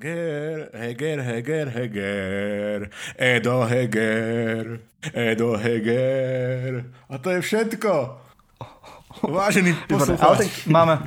Heger. Edo Heger. A to je všetko. Vážený poslucháč.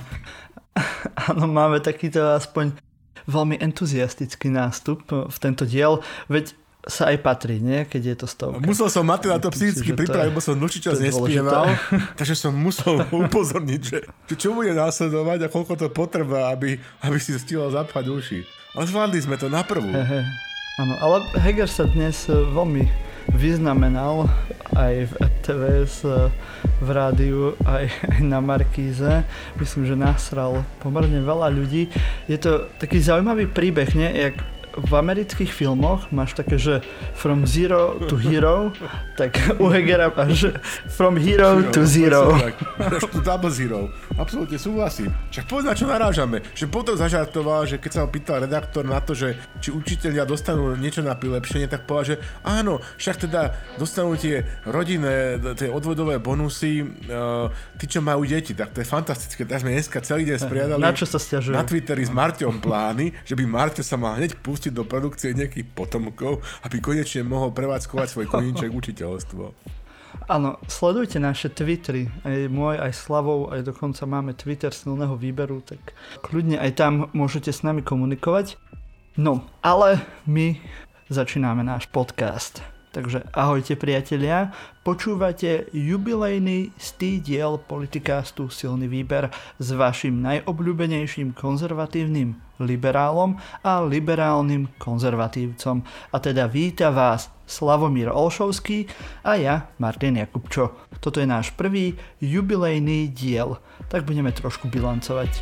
Máme takýto aspoň veľmi entuziastický nástup v tento diel, veď sa aj patrí, nie? Keď je to stovka. Musel som Matej na to psychicky pripraviť, bo som dlhší čas nespieval, takže som musel upozorniť, že čo bude následovať a koľko to potreba, aby si stihol zapchať uši. Ale zvládli sme to na prvú. Áno, ale Heger sa dnes veľmi vyznamenal aj v RTVS, v rádiu, aj na Markíze. Myslím, že nasral pomerne veľa ľudí. Je to taký zaujímavý príbeh, nie? Jak v amerických filmoch máš také, že from zero to hero, tak u Hegera máš from hero to zero. Máš tu double zero. Absolútne súhlasím. Však povedz, na čo narážame. Že potom zažartoval, že keď sa ho pýtal redaktor na to, že či učitelia dostanú niečo na prilepšenie, tak povedal, že áno, však teda dostanú tie rodinné, tie odvodové bonusy, tí, čo majú deti. Tak to je fantastické. Tak sme dneska celý deň spriadali na čo sa sťažujú? Na Twitteri s Marťom plány, že by Marťo sa mal hneď pustiť do produkcie nejakých potomkov, aby konečne mohol prevádzkovať svoj koníček učiteľstvo. Áno, sledujte naše Twittery, aj môj, aj Slavov, aj dokonca máme Twitter silného výberu, tak kľudne aj tam môžete s nami komunikovať. No, ale my začíname náš podcast. Takže ahojte priatelia, počúvate jubilejný 100. diel Politicastu Silný výber s vašim najobľúbenejším konzervatívnym liberálom a liberálnym konzervatívcom. A teda víta vás Slavomír Olšovský a ja, Martin Jakubčo. Toto je náš prvý jubilejný diel, tak budeme trošku bilancovať.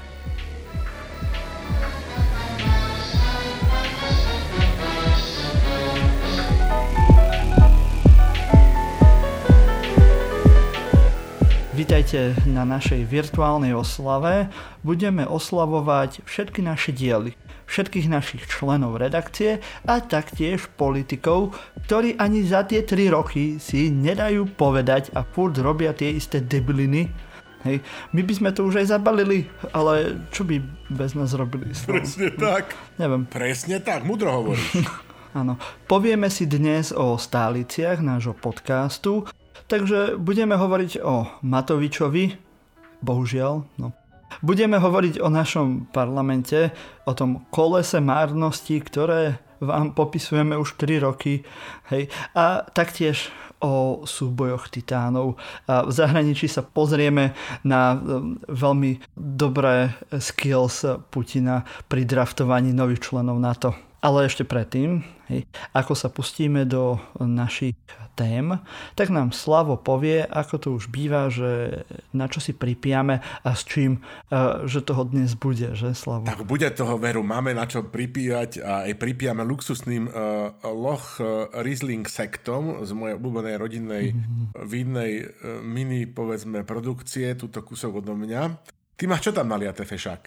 Vítajte na našej virtuálnej oslave. Budeme oslavovať všetky naše diely, všetkých našich členov redakcie a taktiež politikov, ktorí ani za tie 3 roky si nedajú povedať a furt robia tie isté debiliny. Hej, my by sme to už aj zabalili, ale čo by bez nás robili? Presne tak. Neviem. Presne tak, múdro hovoríš. Áno. Povieme si dnes o stáliciach nášho podcastu. Takže budeme hovoriť o Matovičovi, bohužiaľ, no. Budeme hovoriť o našom parlamente, o tom kolese márnosti, ktoré vám popisujeme už 3 roky, hej, a taktiež o súbojoch titánov. A v zahraničí sa pozrieme na veľmi dobré skills Putina pri draftovaní nových členov NATO. Ale ešte predtým, hej, ako sa pustíme do našich tém, tak nám Slavo povie, ako to už býva, že na čo si pripijame a s čím, že toho dnes bude, že Slavo? Tak bude toho, veru, máme na čo pripíjať a aj pripijame luxusným Loch Riesling sektom z mojej obľúbenej rodinnej vínnej mini, povedzme, produkcie, túto kúsok odo mňa. Ty máš čo tam naliaté, fešák?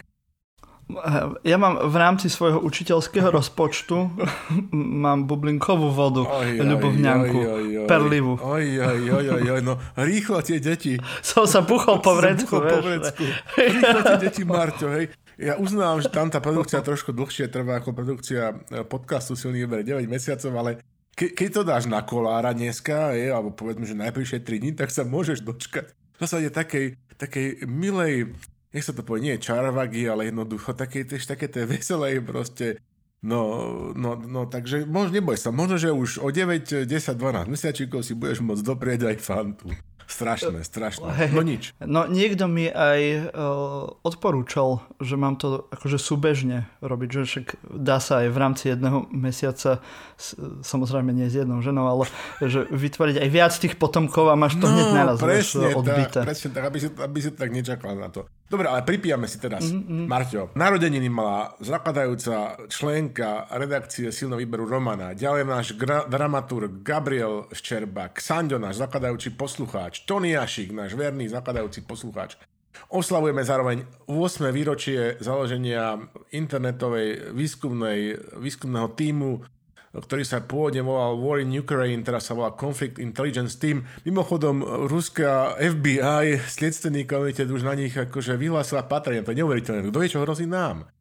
Ja mám v rámci svojho učiteľského rozpočtu mám bublinkovú vodu, ľubovňanku, perlivu. No rýchlo tie deti. Som sa buchol po vrecku. Rýchlo tie deti, Marťo, hej. Ja uznávam, že tam tá produkcia trošku dlhšie trvá ako produkcia podcastu Silný výber 9 mesiacov, ale keď to dáš na kolára dneska, alebo povedzme, že najbližšie 3 dní, tak sa môžeš dočkať v zásade takej milej, nech sa to povie, nie čarvagy, ale jednoducho také tej veselej proste. No, takže neboj sa, možno, že už o 9, 10, 12 mesiačíkov si budeš môcť doprieť aj fantu. Strašné. No nič. No niekto mi aj odporúčal, že mám to akože súbežne robiť, že však dá sa aj v rámci jedného mesiaca, samozrejme nie s jednou ženou, ale že vytvoriť aj viac tých potomkov a máš to hneď naraz odbité. Presne tak, aby si tak nečakal na to. Dobre, ale pripijame si teraz. Marťo, narodeniny mala zakladajúca členka redakcie Silného výberu Romana, ďalej náš dramaturg Gabriel Ščerbák, Sanďo, náš zakladajúci poslucháč, Tony Jašík, náš verný zakladajúci poslucháč. Oslavujeme zároveň 8. výročie založenia internetovej výskumného tímu, ktorý sa pôvodne volal War in Ukraine, teraz sa volá Conflict Intelligence Team. Mimochodom, ruská FBI, sledstvený komitet už na nich akože vyhlásila patrenie. To je neuveriteľné. Kto vie, čo hrozí nám?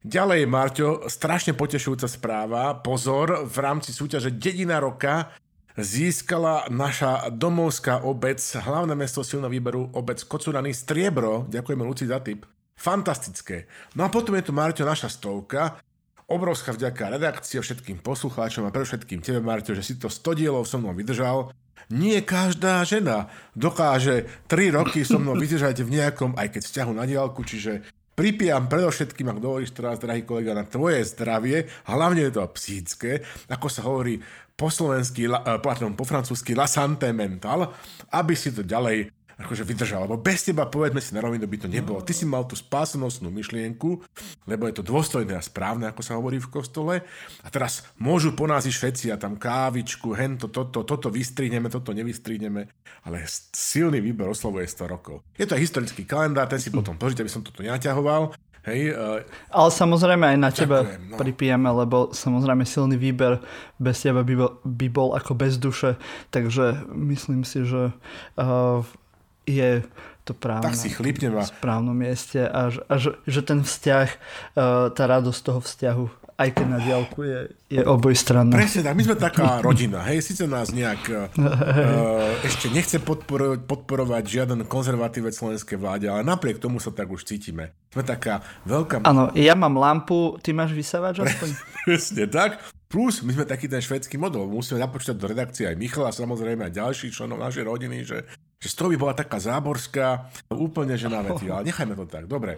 Ďalej, Marťo, strašne potešujúca správa. Pozor, v rámci súťaže Dedina roka získala naša domovská obec, hlavné mesto silného výberu, obec Kocurany, striebro. Ďakujeme Luci za tip. Fantastické. No a potom je tu, Marťo, naša stovka. Obrovská vďaka redakcii, všetkým poslucháčom a predovšetkým tebe, Marťo, že si to 100 dielov so mnou vydržal. Nie každá žena dokáže 3 roky so mnou vydržať v nejakom, aj keď vzťahu na diaľku, čiže pripijam predovšetkým, ak dovolíš teraz, drahý kolega, na tvoje zdravie, hlavne je to psychické, ako sa hovorí po francúzsky la santé mental, aby si to ďalej akože vydržal, lebo bez teba, povedzme si na rovinu, by to nebolo. Ty si mal tú spásonosnú myšlienku, lebo je to dôstojné a správne, ako sa hovorí v kostole. A teraz môžu po nás ísť všetci a tam kávičku, hento, toto vystrihneme, toto nevystrihneme, ale silný výber oslavuje 100 rokov. Je to aj historický kalendár, ten si potom požiť, aby som toto nenaťahoval. Hej, ale samozrejme aj na teba pripijeme, lebo samozrejme silný výber bez teba by bol ako bez duše, takže myslím si, že je to práve tak si v správnom mieste a že ten vzťah, tá radosť toho vzťahu, aj keď na diaľku je obojstranná. Presne tak, my sme taká rodina, hej, síce nás nejak ešte nechce podporovať žiaden konzervatívec slovenskej vláde, ale napriek tomu sa tak už cítime. Sme taká veľká... Áno, ja mám lampu, ty máš vysávač aspoň? Presne tak. Plus, my sme taký ten švédsky model. Musíme započítať do redakcie aj Michala, samozrejme aj ďalších členov našej rodiny, že z toho by bola taká záborská, úplne že na veci, ale nechajme to tak, dobre.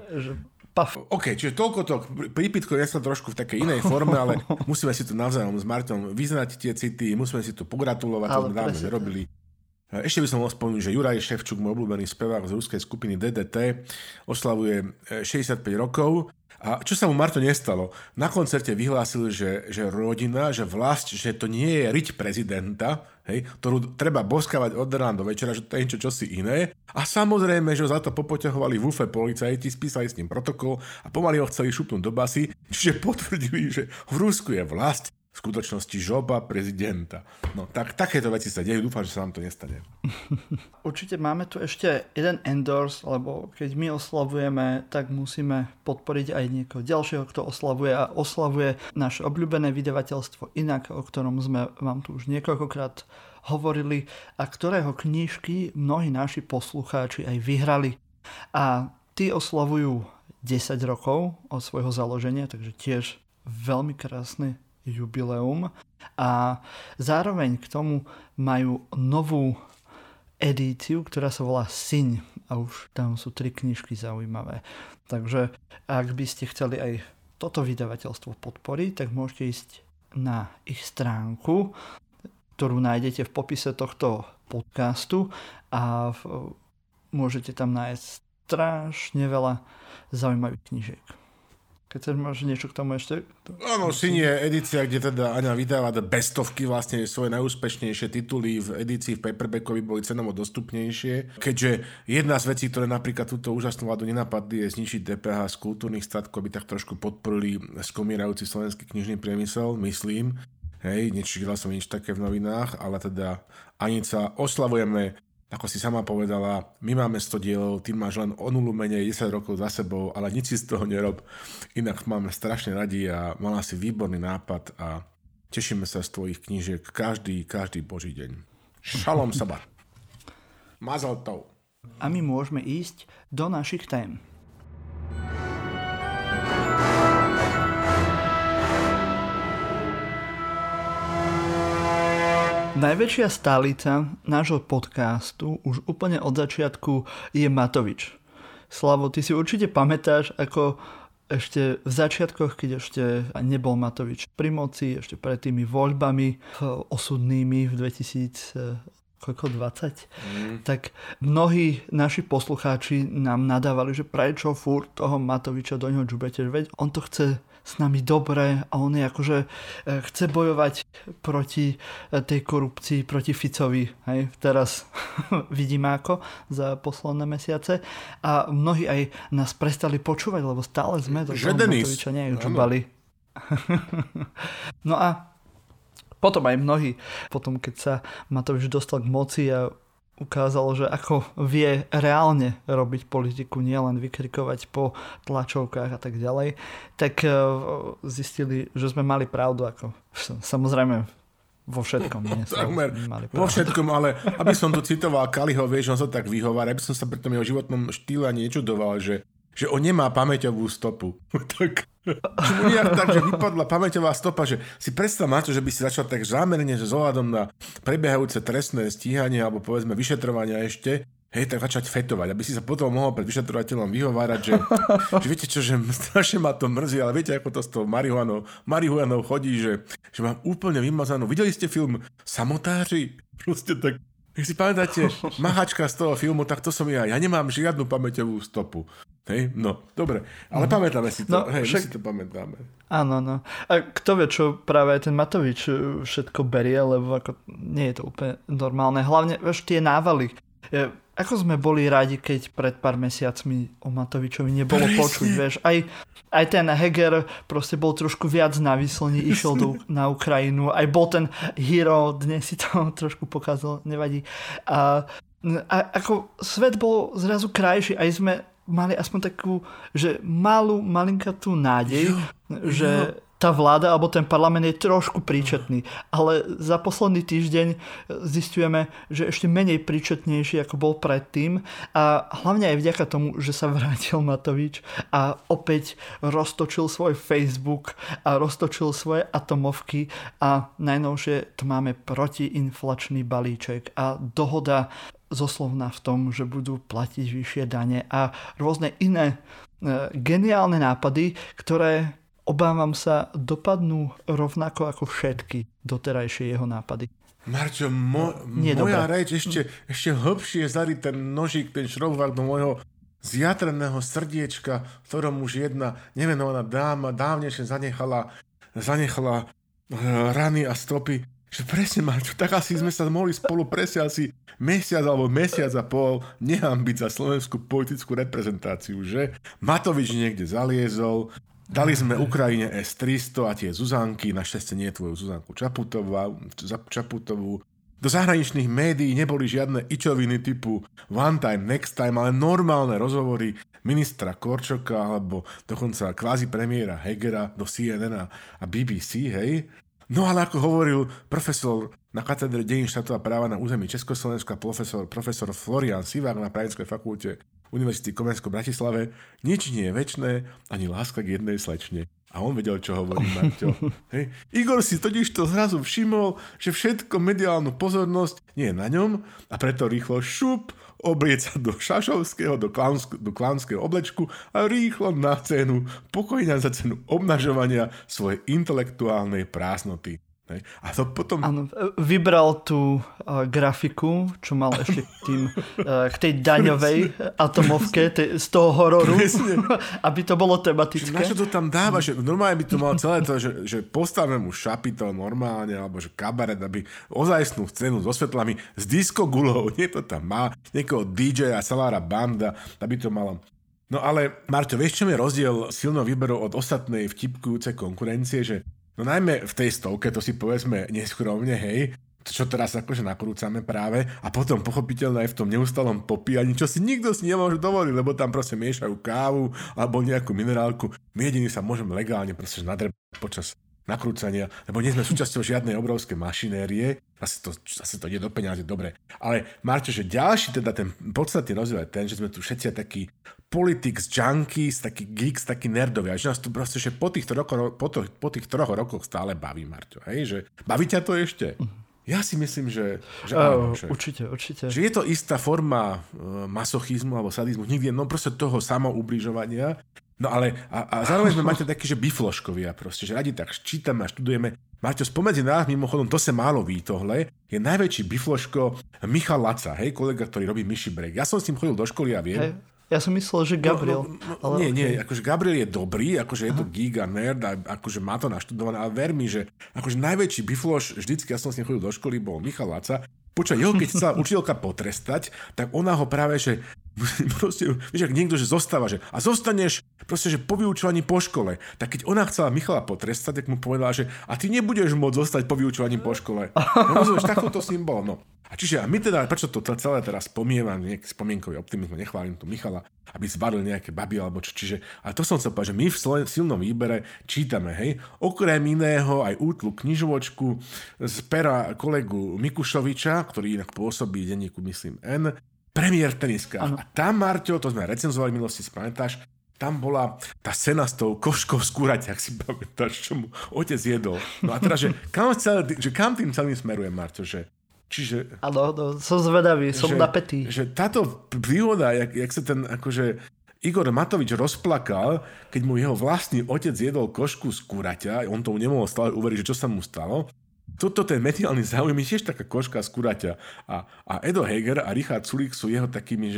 OK, čiže toľko to, prípitko je sa trošku v takej inej forme, ale musíme si tu navzájom s Marťom vyznať tie city, musíme si tu pogratulovať, čo sme dávno nerobili. Ešte by som mohol spomenúť, že Juraj Ševčuk, môj obľúbený spevák z ruskej skupiny DDT, oslavuje 65 rokov. A čo sa mu, Marto, nestalo? Na koncerte vyhlásil, že rodina, že vlast, že to nie je riť prezidenta, hej, ktorú treba boskávať od rána do večera, že to je niečo čosi iné. A samozrejme, že ho za to popoťahovali v UFE policajti, spísali s ním protokol a pomaly ho chceli šupnúť do basy, čiže potvrdili, že v Rusku je vlast, v skutočnosti žoba prezidenta. No tak takéto veci sa dejú, dúfam, že sa nám to nestane. Určite máme tu ešte jeden endorse, lebo keď my oslavujeme, tak musíme podporiť aj niekoho ďalšieho, kto oslavuje a oslavuje naše obľúbené vydavateľstvo Inak, o ktorom sme vám tu už niekoľkokrát hovorili a ktorého knižky mnohí naši poslucháči aj vyhrali. A tí oslavujú 10 rokov od svojho založenia, takže tiež veľmi krásne jubileum a zároveň k tomu majú novú edíciu, ktorá sa volá Syň a už tam sú 3 knižky zaujímavé. Takže ak by ste chceli aj toto vydavateľstvo podporiť, tak môžete ísť na ich stránku, ktorú nájdete v popise tohto podcastu a môžete tam nájsť strašne veľa zaujímavých knížiek. Keď máš niečo k tomu ešte? Áno, Syň je edícia, kde teda Aňa vydáva bestovky, vlastne svoje najúspešnejšie tituly v edícii v paperbackovi boli cenovo dostupnejšie. Keďže jedna z vecí, ktoré napríklad túto úžasnú vládu nenapadli, je zničiť DPH z kultúrnych statkov, aby tak trošku podporili skomírajúci slovenský knižný priemysel, myslím. Hej, nečítala som nič také v novinách, ale teda Anica, oslavujeme. Ako si sama povedala, my máme 100 dielov, ty máš len o 0 menej 10 rokov za sebou, ale nič si z toho nerob. Inak máme strašne radi a mala si výborný nápad a tešíme sa z tvojich knížiek každý boží deň. Šalom sabat. Mazel tov. A my môžeme ísť do našich tém. Najväčšia stálica nášho podcastu už úplne od začiatku je Matovič. Slavo, ty si určite pamätáš, ako ešte v začiatkoch, keď ešte nebol Matovič pri moci, ešte pred tými voľbami osudnými v 2020, tak mnohí naši poslucháči nám nadávali, že prečo furt toho Matoviča do ňoho džubete, veď on to chce s nami dobre a on je akože chce bojovať proti tej korupcii, proti Ficovi. Hej? Teraz vidíme ako za posledné mesiace a mnohí aj nás prestali počúvať, lebo stále sme do toho Matoviča nejúčubali. No a potom aj mnohí, potom keď sa Matovič dostal k moci a ukázalo, že ako vie reálne robiť politiku, nielen vykrikovať po tlačovkách a tak ďalej, tak zistili, že sme mali pravdu, ako samozrejme vo všetkom. Vo všetkom, ale aby som tu citoval Kaliho, vieš, on sa tak vyhovára, aby som sa pri tom jeho životnom štýle ani nečudoval, že on nemá pamäťovú stopu. Tak mu nejak tak, že vypadla pamäťová stopa, že si predstav, Maťo, že by si začal tak zámerne, že s ohľadom na prebiehajúce trestné stíhanie alebo povedzme vyšetrovania ešte, hej, tak začať fetovať, aby si sa potom mohol pred vyšetrovateľom vyhovárať, že viete čo, že strašne ma to mrzí, ale viete, ako to s tou marihuanou chodí, že mám úplne vymazanú. Videli ste film Samotáři? Proste tak, keď si pamätáte, mahačka z toho filmu, tak to som ja. Ja nemám žiadnu pamäťovú stopu. Hej, no, dobre. Ale pamätáme si to. No, hej, my si to pamätáme. Áno, no. A kto vie, čo práve aj ten Matovič všetko berie, lebo ako nie je to úplne normálne. Hlavne, vieš, tie návaly. Ako sme boli radi, keď pred pár mesiacmi o Matovičovi nebolo počuť, vieš. Aj ten Heger proste bol trošku viac na výslni, išiel na Ukrajinu. Aj bol ten hero, dnes si to trošku pokazal, nevadí. A ako svet bol zrazu krajší, aj sme mali aspoň takú, že malinkatú nádej, že tá vláda alebo ten parlament je trošku príčetný. Ale za posledný týždeň zistujeme, že ešte menej príčetnejší, ako bol predtým. A hlavne aj vďaka tomu, že sa vrátil Matovič a opäť roztočil svoj Facebook a roztočil svoje atomovky a najnovšie to máme protiinflačný balíček a dohoda zoslovná v tom, že budú platiť vyššie dane a rôzne iné geniálne nápady, ktoré, obávam sa, dopadnú rovnako ako všetky doterajšie jeho nápady. Marťo, moja reč ešte hlbšie zarí ten nožík, ten šroubovák do môjho zjatreného srdiečka, v ktorom už jedna nevenovaná dáma dávnejšie zanechala rany a stopy. Že presne, Marťo, tak asi sme sa mohli spolu presne asi mesiac alebo mesiac a pol nehambiť za slovenskú politickú reprezentáciu, že? Matovič niekde zaliezol, dali sme Ukrajine S-300 a tie Zuzanky, našťastie nie tvoju Zuzanku Čaputovú. Do zahraničných médií neboli žiadne ičoviny typu one time, next time, ale normálne rozhovory ministra Korčoka alebo dokonca kvázi premiéra Hegera do CNN a BBC, hej? No ale ako hovoril profesor na katedre dejín štátov a práva na území Československa, profesor Florian Sivák na Právnickej fakulte Univerzity Komenského v Bratislave, nič nie je večné, ani láska k jednej slečne. A on vedel, čo hovorí, Marťo. Hej. Igor si totiž to zrazu všimol, že všetko mediálnu pozornosť nie je na ňom a preto rýchlo oblieť sa do šašovského, do klaunského oblečku a rýchlo na cenu, pokojne za cenu obnažovania svojej intelektuálnej prázdnoty. A to potom... Áno, vybral tú grafiku, čo mal ešte k tej daňovej atomovke z toho hororu, aby to bolo tematické. Na čo to tam dáva? Že normálne by to malo celé to, že postavíme mu šapito normálne, alebo že kabaret, aby ozajstnú scénu so svetlami, s disco-gulou, nie to tam má, niekoho DJ a Salára banda, aby to malo... No ale, Marťo, vieš, čo je rozdiel silného výberu od ostatnej vtipkujúcej konkurencie, že no najmä v tej stovke, to si povedzme neskromne, hej, čo teraz akože nakrúcame práve a potom pochopiteľné aj v tom neustálom popíjaní, čo si nikto si nemôže dovoliť, lebo tam proste miešajú kávu alebo nejakú minerálku. My jediní sa môžeme legálne proste nadrebať počas nakrúcania, lebo nie sme súčasťou žiadnej obrovskej mašinérie, zase to ide do peňazí, dobre. Ale Marťo, že ďalší teda ten podstatný rozdiel je ten, že sme tu všetci takí politics junkies, takí geeks, takí nerdovia, že nás tu proste, že po tých troch rokoch stále baví, Marťo, hej, že baví ťa to ešte? Ja si myslím, že áno. Určite. Že je to istá forma masochizmu alebo sadizmu, nikdy, no proste toho samoubližovania. No ale a zároveň sme máte takí, že bifloškovia proste, že radi tak čítame a študujeme. Máte spomedzi nás, mimochodom, to sa málo ví tohle, je najväčší bifloško Michal Laca, hej, kolega, ktorý robí Myši Break. Ja som s ním chodil do školy a viem. Hej. Ja som myslel, že Gabriel. Nie, akože Gabriel je dobrý, akože je to giga nerd a akože má to naštudované, ale ver mi, že akože najväčší bifloš, vždycky ja som s ním chodil do školy, bol Michal Laca. Počkaj, jeho keď chcela učiteľka potrestať, tak ona ho práve, že Proste, vieš, ak niekto, že zostáva, že a zostaneš proste, že po vyučovaní po škole. Tak keď ona chcela Michala potrestať, tak mu povedala, že a ty nebudeš môcť zostať po vyučovaní po škole. No rozumieš, takto to s ním bolo. No. A čiže a my teda, prečo to celé teraz spomínam, nejaký spomienkový optimizm, nechválim tu Michala, aby zbadil nejaké baby alebo čo. Čiže, ale to som chcel povedať, že my v silnom výbere čítame, hej, okrem iného aj útlu knižovočku z pera kolegu Mikušoviča, ktorý inak pôsobí v denníku, myslím, N, Premiér v teniskách. A tam, Marťo, to sme recenzovali v minulosti, spamätáš, tam bola tá scéna s tou koškou z kuraťa, ak si pamätáš, čo mu otec jedol. No a teraz, že kam tým celým smerujem, Marťo, že čiže... Áno, som zvedavý, som napätý. Že táto príhoda, jak sa ten akože Igor Matovič rozplakal, keď mu jeho vlastný otec jedol košku z kuraťa, on tomu nemohol stále uveriť, že čo sa mu stalo. Toto ten mediálny záujem je tiež taká koška z kuraťa. A Edo Heger a Richard Sulík sú jeho takými,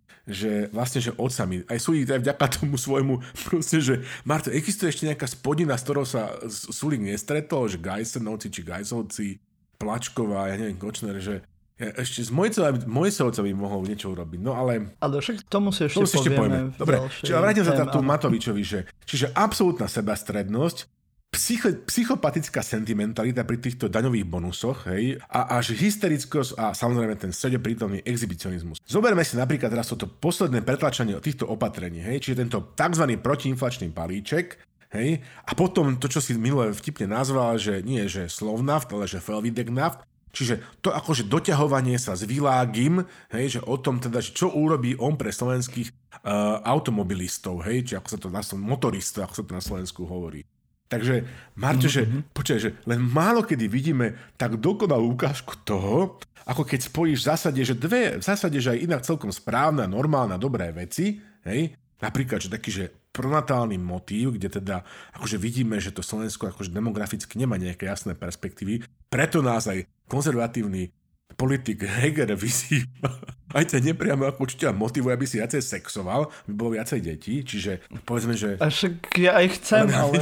že vlastne, že otcami. Aj Sulík aj vďaka tomu svojmu, proste, že Marto, existuje ešte nejaká spodina, s ktorou sa Sulík nestretol, že Gajsenovci či Gajsovci, Plačková, ja neviem, Kočner, že ja ešte s Mojsovcami mohol niečo urobiť, no ale... Ale však tomu si ešte povieme. Dobre, čiže vrátim sa tu Matovičovi, čiže absolútna sebastrednosť, psychopatická sentimentalita pri týchto daňových bonusoch, hej, a až hysterickosť a samozrejme ten sredoprítomný exhibicionizmus. Zoberme si napríklad teraz toto posledné pretlačanie týchto opatrení, hej, čiže tento tzv. Protiinflačný balíček, hej, a potom to, čo si minule vtipne nazval, že nie že Slovnaft, ale že Felvideknaft, čiže to akože doťahovanie sa s Világim, hej, že o tom teda, že čo urobí on pre slovenských automobilistov, hej, či ako sa to motoristov, ako sa to na Slovensku hovorí. Takže, Marťo, počkaj, že len málo kedy vidíme tak dokonalú ukážku toho, ako keď spojíš v zásade, že aj inak celkom správna, normálna, dobré veci, hej, napríklad, že taký, že pronatálny motív, kde teda akože vidíme, že to Slovensko akože demograficky nemá nejaké jasné perspektívy, preto nás aj konzervatívny politik Heger vyzýva, aj ťa nepriamo ako učiteľ motivuje, aby si viacej sexoval, by bolo viacej detí, čiže povedzme, že... A však ja aj chcem, ale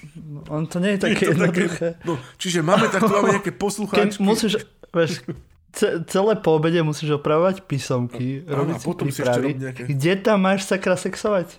on to nie je také jednoduché. No, čiže máme nejaké poslucháčky. Musíš, vieš, celé po obede musíš opravovať písomky, robiť si prípravy. Kde tam máš sakra sexovať?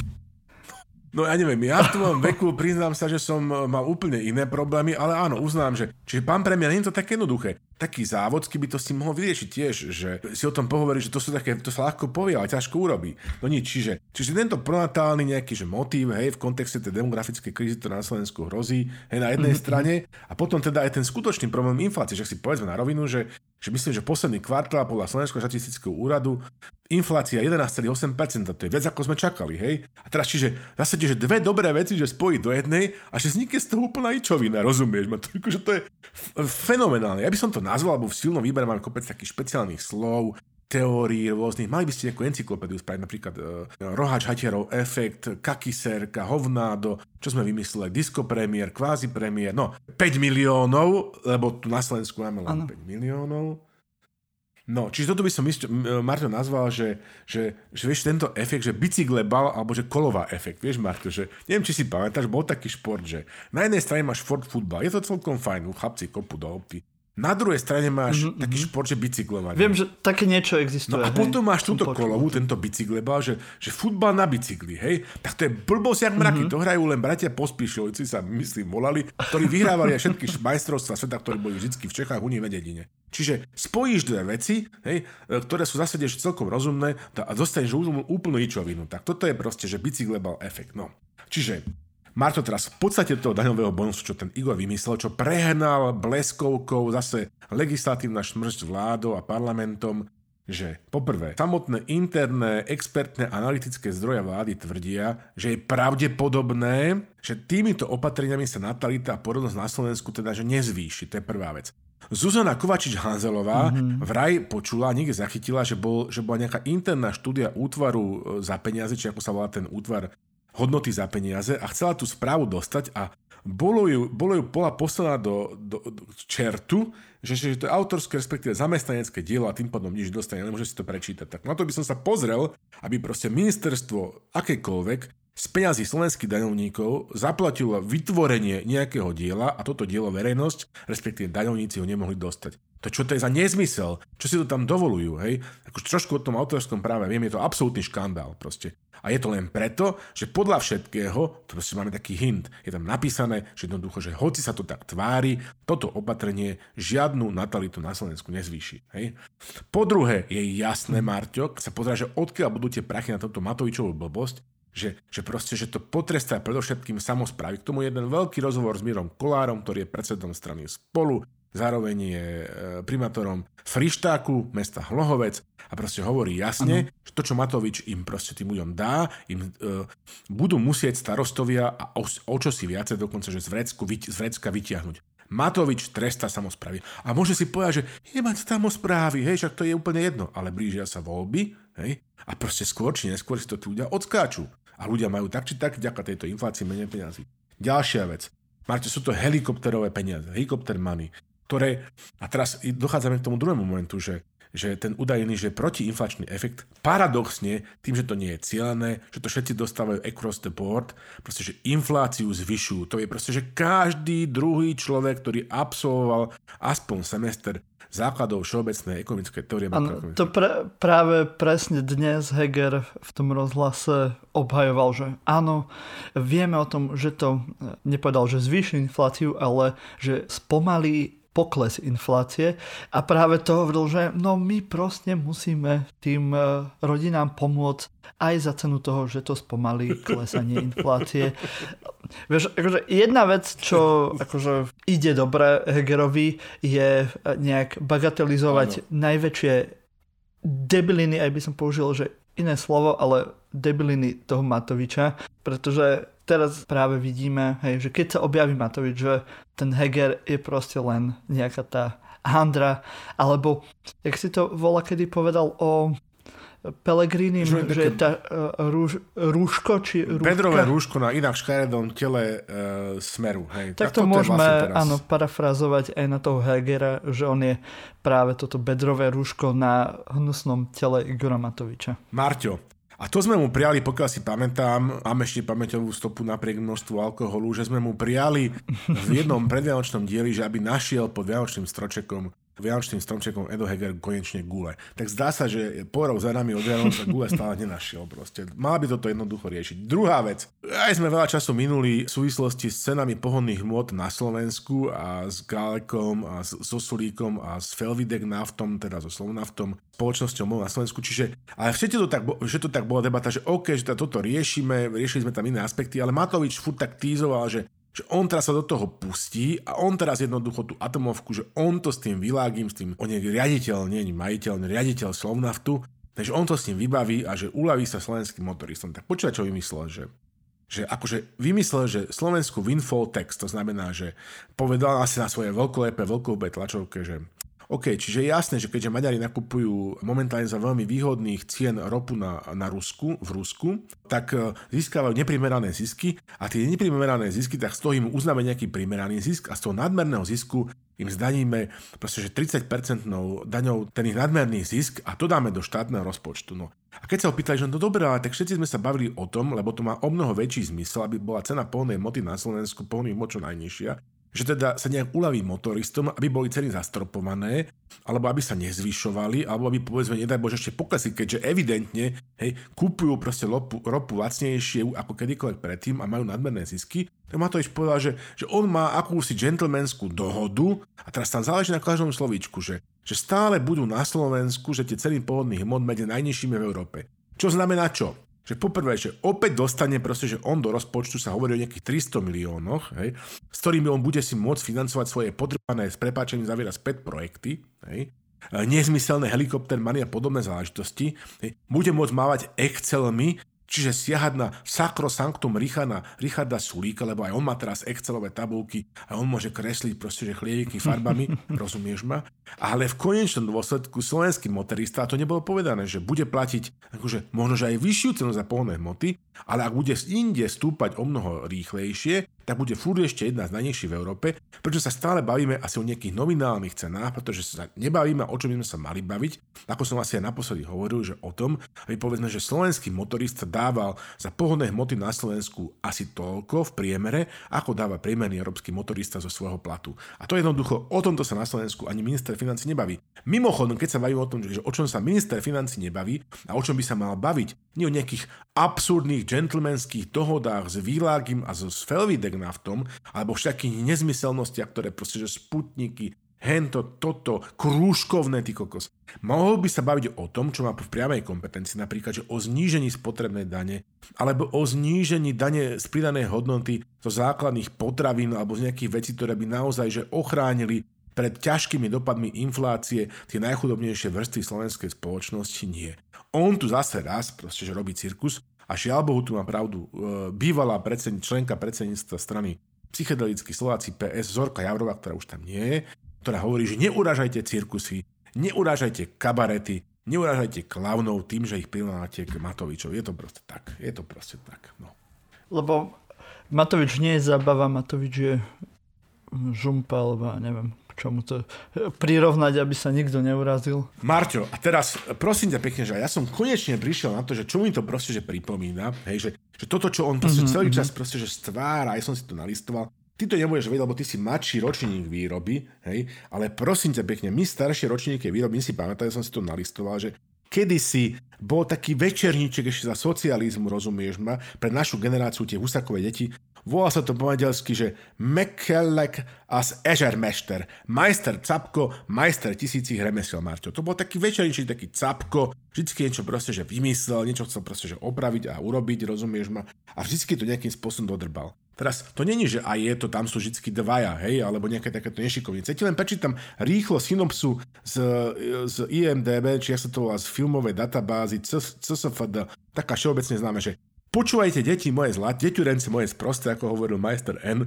No ja neviem, ja v tom veku priznám sa, že som mal úplne iné problémy, ale áno, uznám, že čiže pán premiér, nie je to také jednoduché. Taký závodský by to si mohol vyriešiť tiež, že si o tom pohovorí, že to sú také, to sa ľahko povie, ale ťažko urobí. No nič, čiže tento pronatálny nejaký že motív, hej, v kontexte tej demografickej krízy, ktorá na Slovensku hrozí, hej, na jednej strane, a potom teda aj ten skutočný problém inflácie, že si povedzme na rovinu, že myslím, že posledný kvartál podľa Slovenského štatistického úradu inflácia 11,8%, to je viac ako sme čakali, hej. A teraz čiže zase, že dve dobré veci, že spojiť do jednej a že vznikne z toho úplná ičovina, rozumieš ma? To je fenomenálne. Ja by som to nazval, lebo v silnom výbere máme kopec takých špeciálnych slov, teórií rôznych. Mali by ste nejakú encyklopédiu spraviť, napríklad Roháč Hatierov efekt, Kakiserka, Hovnádo, čo sme vymysleli, Disco premiér, kvázi premiér, no 5 miliónov, lebo tu na Slovensku máme len 5 miliónov. No, čiže toto by som Marto nazval, že vieš tento efekt, že bicyklebal alebo že kolová efekt, vieš Marto, že neviem, či si pamätáš, bol taký šport, že na jednej strane máš Ford futbal, je to celkom fajn, chlapci kopu do lopty. Na druhej strane máš taký šport, že bicyklovanie. Viem, že také niečo existuje. No a potom máš túto kolovú, tento bicyklebal, že futbal na bicykli, hej? Tak to je blbosť jak mraky. To hrajú len bratia Pospíšiovci, sa myslím volali, ktorí vyhrávali aj všetky majstrovstvá sveta, ktorí boli vždy v Čechách, u nich v dedine. Čiže spojíš dve veci, hej, ktoré sú v zásade celkom rozumné a dostaneš úplnú ičovinu. Tak toto je proste, že bicyklebal efekt. No. Čiže Marto, teraz v podstate toho daňového bonusu, čo ten Igor vymyslel, čo prehnal bleskovkou, zase legislatívna šmršť vládou a parlamentom, že poprvé, samotné interné, expertné, analytické zdroje vlády tvrdia, že je pravdepodobné, že týmito opatreniami sa natalita a porodnosť na Slovensku teda že nezvýši. To je prvá vec. Zuzana Kovačič-Hanzelová vraj počula, niekde zachytila, že bola nejaká interná štúdia útvaru za peniaze, či ako sa volá ten útvar hodnoty za peniaze a chcela tú správu dostať a bola poslaná do čertu, že to je autorské, respektíve zamestnanecké dielo a tým pádom nič dostane, nemôže si to prečítať. Tak na to by som sa pozrel, aby proste ministerstvo akékoľvek z peňazí slovenských daňovníkov zaplatilo vytvorenie nejakého diela a toto dielo verejnosť, respektíve daňovníci ho nemohli dostať. Čo to je za nezmysel? Čo si to tam dovolujú, hej? Akože trošku o tom autorskom práve viem, je to absolútny škandál proste. A je to len preto, že podľa všetkého, to proste máme taký hint, je tam napísané, že jednoducho, že hoci sa to tak tvári, toto opatrenie žiadnu natalitu na Slovensku nezvýši, hej? Po druhé, je jasné, Marťo, keď sa pozerá, že odkiaľ budú tie prachy na tomto Matovičovú blbosť, že proste, že to potrestá predovšetkým samosprávy. K tomu jeden veľký rozhovor s Mírom Kolárom, ktorý je predsedom strany Spolu, zároveň je primátorom Frištáku, mesta Hlohovec a proste hovorí jasne, že to, čo Matovič im proste tým ľuďom dá, im budú musieť starostovia a o čo si viacej dokonca, že z vrecka vytiahnuť. Matovič trestá samosprávy. A môže si povedať, že nemať samosprávy, hej, však to je úplne jedno, ale blížia sa voľby, hej, a proste skôr či neskôr si to tí ľudia odskáču. A ľudia majú tak či tak, vďaka tejto inflácii menej peniazy. Ďalšia vec. Máte, sú to helikopterové peniaze, helikopter money, ktoré, a teraz dochádzame k tomu druhému momentu, že ten údajný, že protiinflačný efekt, paradoxne, tým, že to nie je cielené, že to všetci dostávajú across the board, proste, že infláciu zvyšujú. To je proste, že každý druhý človek, ktorý absolvoval aspoň semester základov všeobecnej ekonomickej teórie. Áno, to práve presne dnes Heger v tom rozhlase obhajoval, že áno, vieme o tom, že to nepovedal, že zvýši infláciu, ale že spomalí pokles inflácie a práve to hovoril, že no my proste musíme tým rodinám pomôcť aj za cenu toho, že to spomalí klesanie inflácie. Vieš, akože jedna vec, čo akože ide dobre Hegerovi, je nejak bagatelizovať najväčšie debiliny, aj by som použil, že iné slovo, ale debiliny toho Matoviča, pretože teraz práve vidíme, hej, že keď sa objaví Matovič, že ten Heger je proste len nejaká tá handra, alebo jak si to volá, kedy povedal o Pellegrinim, že je tá rúško, či rúška? Bedrové rúško na inak škaredom tele Smeru. Hej. Tak to môžeme vlastne parafrazovať aj na toho Hegera, že on je práve toto bedrové rúško na hnusnom tele Igora Matoviča. Marťo, a to sme mu prijali, pokiaľ si pamätám, máme ešte pamäťovú stopu napriek množstvu alkoholu, že sme mu prijali v jednom predvianočnom dieli, že aby našiel pod vianočným stromčekom Edo Heger konečne gule. Tak zdá sa, že po rok za nami od Vianoc gule stále nenašiel proste. Mala by toto jednoducho riešiť. Druhá vec. Aj sme veľa času minuli v súvislosti s cenami pohonných hmôt na Slovensku a s Gálekom a s Sosulíkom a s Felvidek naftom, teda so Slovnaftom, spoločnosťou MOL na Slovensku. Čiže, ale všetci to tak bola debata, že OK, že toto riešili sme tam iné aspekty, ale Matovič furt tak tízoval, že on teraz sa do toho pustí a on teraz jednoducho tú atomovku, že on to s tým Világim, s tým, on je riaditeľ, nie je majiteľ, riaditeľ Slovnaftu, takže on to s ním vybaví a že uľaví sa slovenským motoristom. Tak počúvaj, čo vymyslel, že akože vymyslel, že Slovensku windfall tax, to znamená, že povedal asi na svojej veľkolepé tlačovke, že OK, čiže je jasné, že keďže Maďari nakupujú momentálne za veľmi výhodných cien ropu v Rusku, tak získavajú neprimerané zisky a tie neprimerané zisky, tak z toho im uznáme nejaký primeraný zisk a z toho nadmerného zisku im zdaníme proste, že 30% daňou ten ich nadmerný zisk a to dáme do štátneho rozpočtu. No. A keď sa opýtali, že no dobré, ale tak všetci sme sa bavili o tom, lebo to má o mnoho väčší zmysel, aby bola cena pohonnej hmoty na Slovensku pohonných hmot čo najnižšia, že teda sa nejak uľaví motoristom, aby boli ceny zastropované, alebo aby sa nezvyšovali, alebo aby povedzme, nedaj Bože, ešte poklesli, keďže evidentne kúpujú proste ropu lacnejšie ako kedykoľvek predtým a majú nadmerné zisky. Tak Matovič povedal, že on má akúsi gentlemanskú dohodu a teraz tam záleží na každom slovíčku, že stále budú na Slovensku, že tie ceny pohodných hmot medzi najnižšími v Európe. Čo znamená čo? Že poprvé, že opäť dostane proste, že on do rozpočtu sa hovorí o nejakých 300 miliónoch, hej, s ktorými on bude si môcť financovať svoje potrebné s prepáčením zaviera späť projekty, hej, nezmyselné helikopter money a podobné záležitosti, hej, bude môcť mávať Excelmi, čiže siahať na sakrosanktum Richarda Sulíka, lebo aj on má teraz Excelové tabulky a on môže kresliť proste, že chlieviky farbami, rozumieš ma? Ale v konečnom dôsledku slovenský motorista, a to nebolo povedané, že bude platiť akože možno, že aj vyššiu cenu za pohonné hmoty, ale ak bude inde stúpať o mnoho rýchlejšie, tak bude furt ešte jedna z najnižších v Európe, prečo sa stále bavíme asi o nejakých nominálnych cenách, pretože sa nebavíme, o čom by sme sa mali baviť. Ako som asi aj naposledy hovoril, že o tom, aby povedzme, že slovenský motorista dával za pohodné hmoty na Slovensku asi toľko v priemere, ako dáva priemerný európsky motorista zo svojho platu. A to jednoducho, o tomto sa na Slovensku ani minister financí nebaví. Mimochodom, keď sa bavíme o tom, že o čom sa minister financí nebaví a o čom by sa mal baviť, nie o nejakých absurdných gentlemanských dohodách s Výlágim a so Felvidek naftom, alebo všakých nezmyselnostiach, ktoré proste, že Sputniky, hento, toto, krúžkovné, ty kokos. Mohol by sa baviť o tom, čo má v priamej kompetencii, napríklad, že o znížení spotrebnej dane, alebo o znížení dane z pridanej hodnoty zo základných potravín, alebo z nejakých vecí, ktoré by naozaj že ochránili pred ťažkými dopadmi inflácie tie najchudobnejšie vrstvy slovenskej spoločnosti. Nie. On tu zase raz proste, že robí cirkus a žiaľ Bohu, tu má pravdu bývalá členka predsedníctva strany Psychedelickí Slováci PS Zorka Javrová, ktorá už tam nie je, ktorá hovorí, že neurážajte cirkusy, neurážajte kabarety, neurážajte klaunov tým, že ich prirovnáte k Matovičovi. Je to proste tak. No. Lebo Matovič nie je zabava, Matovič je žumpa, alebo neviem, čomu to prirovnať, aby sa nikto neurazil. Marťo, a teraz prosím ťa pekne, že ja som konečne prišiel na to, že čo mi to proste že pripomína, hej, že toto, čo on proste celý čas proste že stvára, aj som si to nalistoval, ty to nebudeš vedieť, lebo ty si mladší ročník výroby, hej, ale prosím ťa pekne, my staršie ročníky výroby, my si pamätáme, som si to nalistoval, že kedysi bol taký večerníček ešte za socializmu, rozumieš ma, pre našu generáciu tie husakové deti. Volá sa to po maďarsky, že Mekelek as Ežermester. Majster Capko, majster tisícich remesiel, Marťo. To bol taký večerníček, taký Capko, vždycky niečo proste, že vymyslel, niečo chcel proste, že opraviť a urobiť, rozumieš ma, a vždycky to nejakým spôsobom dodrbal. Teraz to není, že aj je to, tam sú vždycky dvaja, hej, alebo nejaké takéto nešikovnice. Ja ti len prečítam rýchlo synopsu z IMDB, či ja sa to volá z filmovej databázy CSFD, taká všeobecne známe, že počúvajte, deti moje deťurence moje sprosté, ako hovoril majster N,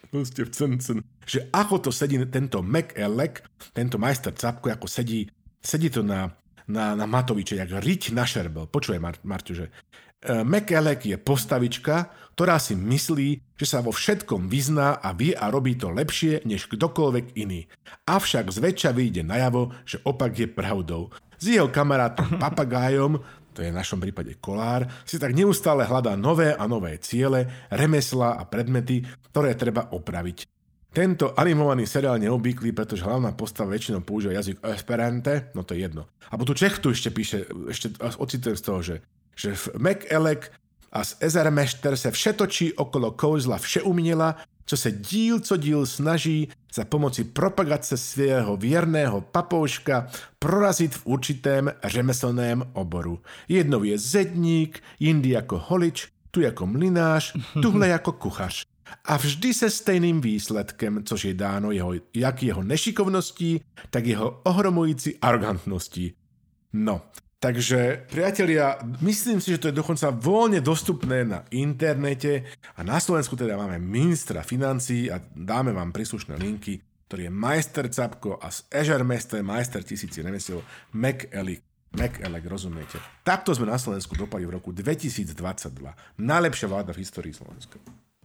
že ako to sedí tento Mekelek, tento majster Capko, ako sedí to na Matoviče, jak riť na šerbel. Počúvaj, Marťo, že Mekelek je postavička, ktorá si myslí, že sa vo všetkom vyzná a vie a robí to lepšie než kdokoľvek iný. Avšak zväčša vyjde najavo, že opak je pravdou. S jeho kamarátom Papagájom, to je v našom prípade Kolár, si tak neustále hľadá nové a nové ciele, remeslá a predmety, ktoré treba opraviť. Tento animovaný seriál je neobvyklý, pretože hlavná postava väčšinou používa jazyk Esperante, no to je jedno. A tu Čech tu ešte píše, ocitujem z toho, že v Mekelek a z Ezermešter se vše točí okolo kouzla všeuměla, co se díl co díl snaží za pomoci propagace svého věrného papouška prorazit v určitém řemeslném oboru. Jednou je zedník, jindy jako holič, tu jako mlynář, tuhle jako kuchař. A vždy se stejným výsledkem, což je dáno jak jeho nešikovností, tak jeho ohromující arogantností. No, takže, priatelia, myslím si, že to je dokonca voľne dostupné na internete a na Slovensku teda máme ministra financií a dáme vám príslušné linky, ktorý je majster Capko a z Ežermester majster tisíci remesiel Mekelek, rozumiete? Takto sme na Slovensku dopadli v roku 2022. Najlepšia vláda v histórii Slovenska.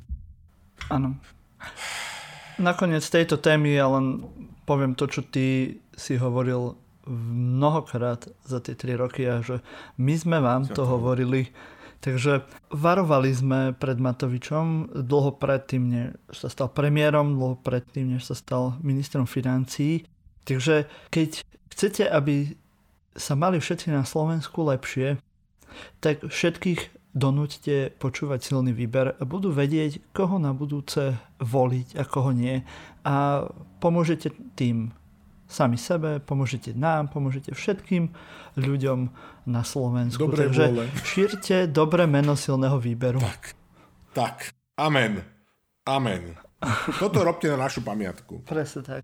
Áno. Nakoniec tejto témy ja len poviem to, čo ty si hovoril mnohokrát za tie 3 roky a že my sme vám to hovorili. Takže varovali sme pred Matovičom dlho predtým, než sa stal premiérom, dlho predtým, než sa stal ministrom financií. Takže keď chcete, aby sa mali všetci na Slovensku lepšie, tak všetkých donúťte počúvať Silný výber a budú vedieť, koho na budúce voliť a koho nie. A pomôžete tým sami sebe, pomôžete nám, pomôžete všetkým ľuďom na Slovensku. Dobre Takže vôle. šírte dobré meno Silného výberu. Tak. Amen. Toto robte na našu pamiatku. Presne tak.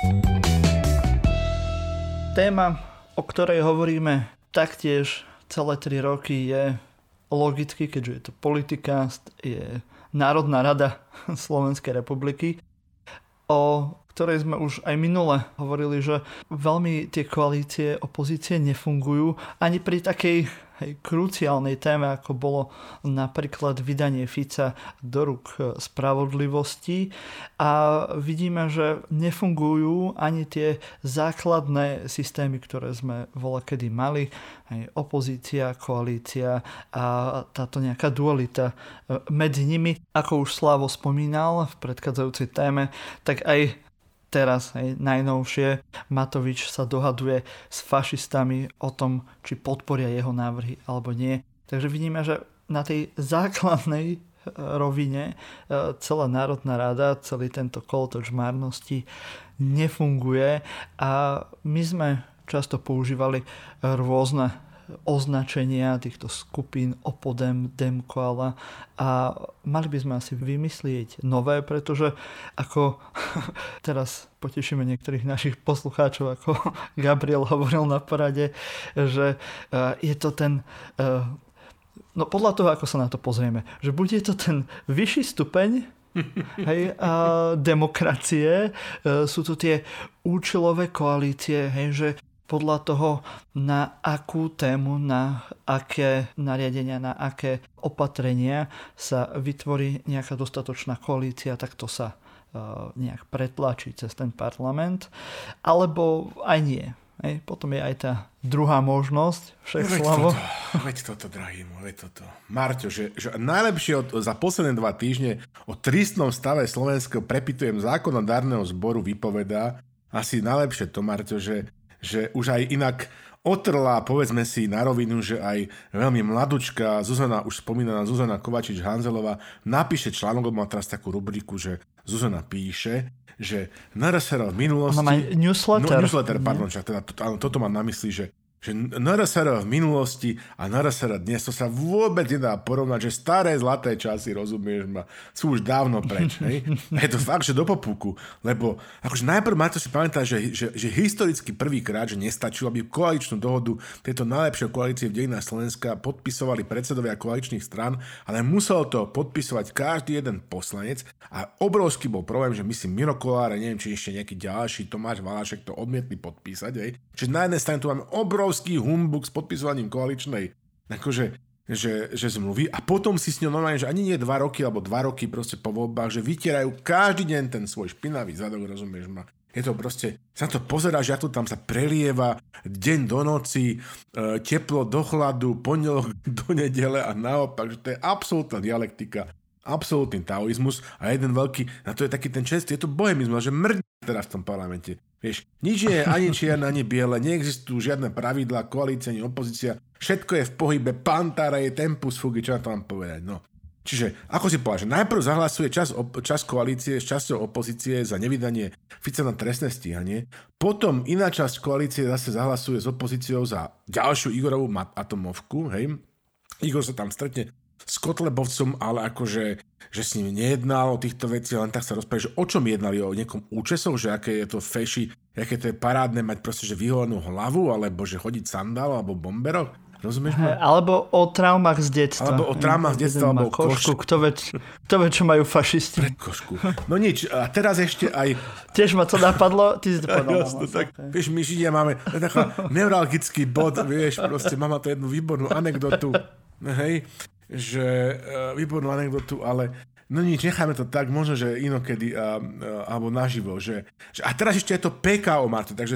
Téma, o ktorej hovoríme taktiež celé 3 roky, je logicky, keďže je to Politikast, je Národná rada Slovenskej republiky, o ktorej sme už aj minule hovorili, že veľmi tie koalície opozície nefungujú ani pri takej kruciálnej téme, ako bolo napríklad vydanie Fica do rúk spravodlivosti, a vidíme, že nefungujú ani tie základné systémy, ktoré sme volakedy mali, opozícia, koalícia a táto nejaká dualita medzi nimi. Ako už Slavo spomínal v predchádzajúcej téme, tak aj teraz, najnovšie, Matovič sa dohaduje s fašistami o tom, či podporia jeho návrhy alebo nie. Takže vidíme, že na tej základnej rovine celá Národná rada, celý tento kolotoč márnosti nefunguje, a my sme často používali rôzne označenia týchto skupín Opodem, Demkoala, a mali by sme asi vymyslieť nové, pretože ako teraz potešíme niektorých našich poslucháčov, ako Gabriel hovoril na porade, že je to ten podľa toho, ako sa na to pozrieme, že bude to ten vyšší stupeň demokracie, sú to tie účelové koalície, že podľa toho, na akú tému, na aké nariadenia, na aké opatrenia sa vytvorí nejaká dostatočná koalícia, tak to sa nejak pretlačí cez ten parlament, alebo aj nie. Potom je aj tá druhá možnosť. Veď toto, drahý môj, veď toto. Marťo, že najlepšie za posledné 2 týždne o tristnom stave slovenského prepitujem zákonodárneho zboru vypovedá asi najlepšie to, Marťo, že už aj inak otrlá, povedzme si na rovinu, že aj veľmi mladučka Zuzana, už spomínaná Zuzana Kovačič-Hanzelová, napíše článok, má teraz takú rubriku, že Zuzana píše, že NRSR v minulosti... Ona má newsletter. Pardon, toto mám na mysli, že NRSR v minulosti a NRSR dnes, to sa vôbec nedá porovnať, že staré zlaté časy, rozumieš ma, sú už dávno preč. Hej? A je to fakt, že do popúku, lebo akože najprv máte si pamätať, že historicky prvýkrát, že nestačilo, aby koaličnú dohodu tejto najlepšej koalície v dejinách Slovenska podpisovali predsedovia koaličných strán, ale musel to podpisovať každý jeden poslanec, a obrovský bol problém, že myslím Miro Kolár, neviem, či ešte nejaký ďalší, Tomáš Valášek to odmietli podpísať. Hej? Čiže na jednej strane tu máme obrovský humbuk s podpisovaním koaličnej akože, že zmluvy, a potom si s ňou normálne, že ani nie 2 roky alebo 2 roky proste po voľbách, že vytierajú každý deň ten svoj špinavý zadok, rozumieš ma. Je to proste, sa to pozeráš, ako tam sa prelieva deň do noci, teplo do chladu, pondelok do nedele a naopak, že to je absolútna dialektika, absolútny taoizmus, a jeden veľký, na to je taký ten čestý, je to bohemizmus, že mrdí teraz v tom parlamente. Vieš, nič nie je ani čierne, ani biele, neexistujú žiadne pravidlá, koalícia, ani opozícia, všetko je v pohybe, pantara je tempus fugi, čo na to mám povedať, no. Čiže, ako si povedal, že najprv zahlasuje časť koalície s časťou opozície za nevydanie Fica na trestné stíhanie, potom iná časť koalície zase zahlasuje s opozíciou za ďalšiu Igorovú atomovku, hej. Igor sa tam stretne s Kotlebovcom, ale akože že s ním nejednal o týchto veciach, len tak sa rozprávali, že o čom jednali, o niekom účesoch, že aké je to feši, aké to je parádne mať proste, že vyholenú hlavu, alebo že chodiť sandál, alebo bomberoch. Rozumieš ma? Alebo o traumách z detstva. Alebo o traumách z detstva, alebo o košku. Kto vie, čo majú fašisti. Pred košku. No nič, a teraz ešte aj... Tiež ma to napadlo, ty si to povedal. Jasne, tak, vieš, my Židia máme taká neuralgický bod, vieš, proste mám to jednu výbornú anekdotu, hej, že výbornú anekdotu, ale no nič, necháme to tak, možno, že inokedy alebo naživo, že a teraz ešte je to PKO, Marto, takže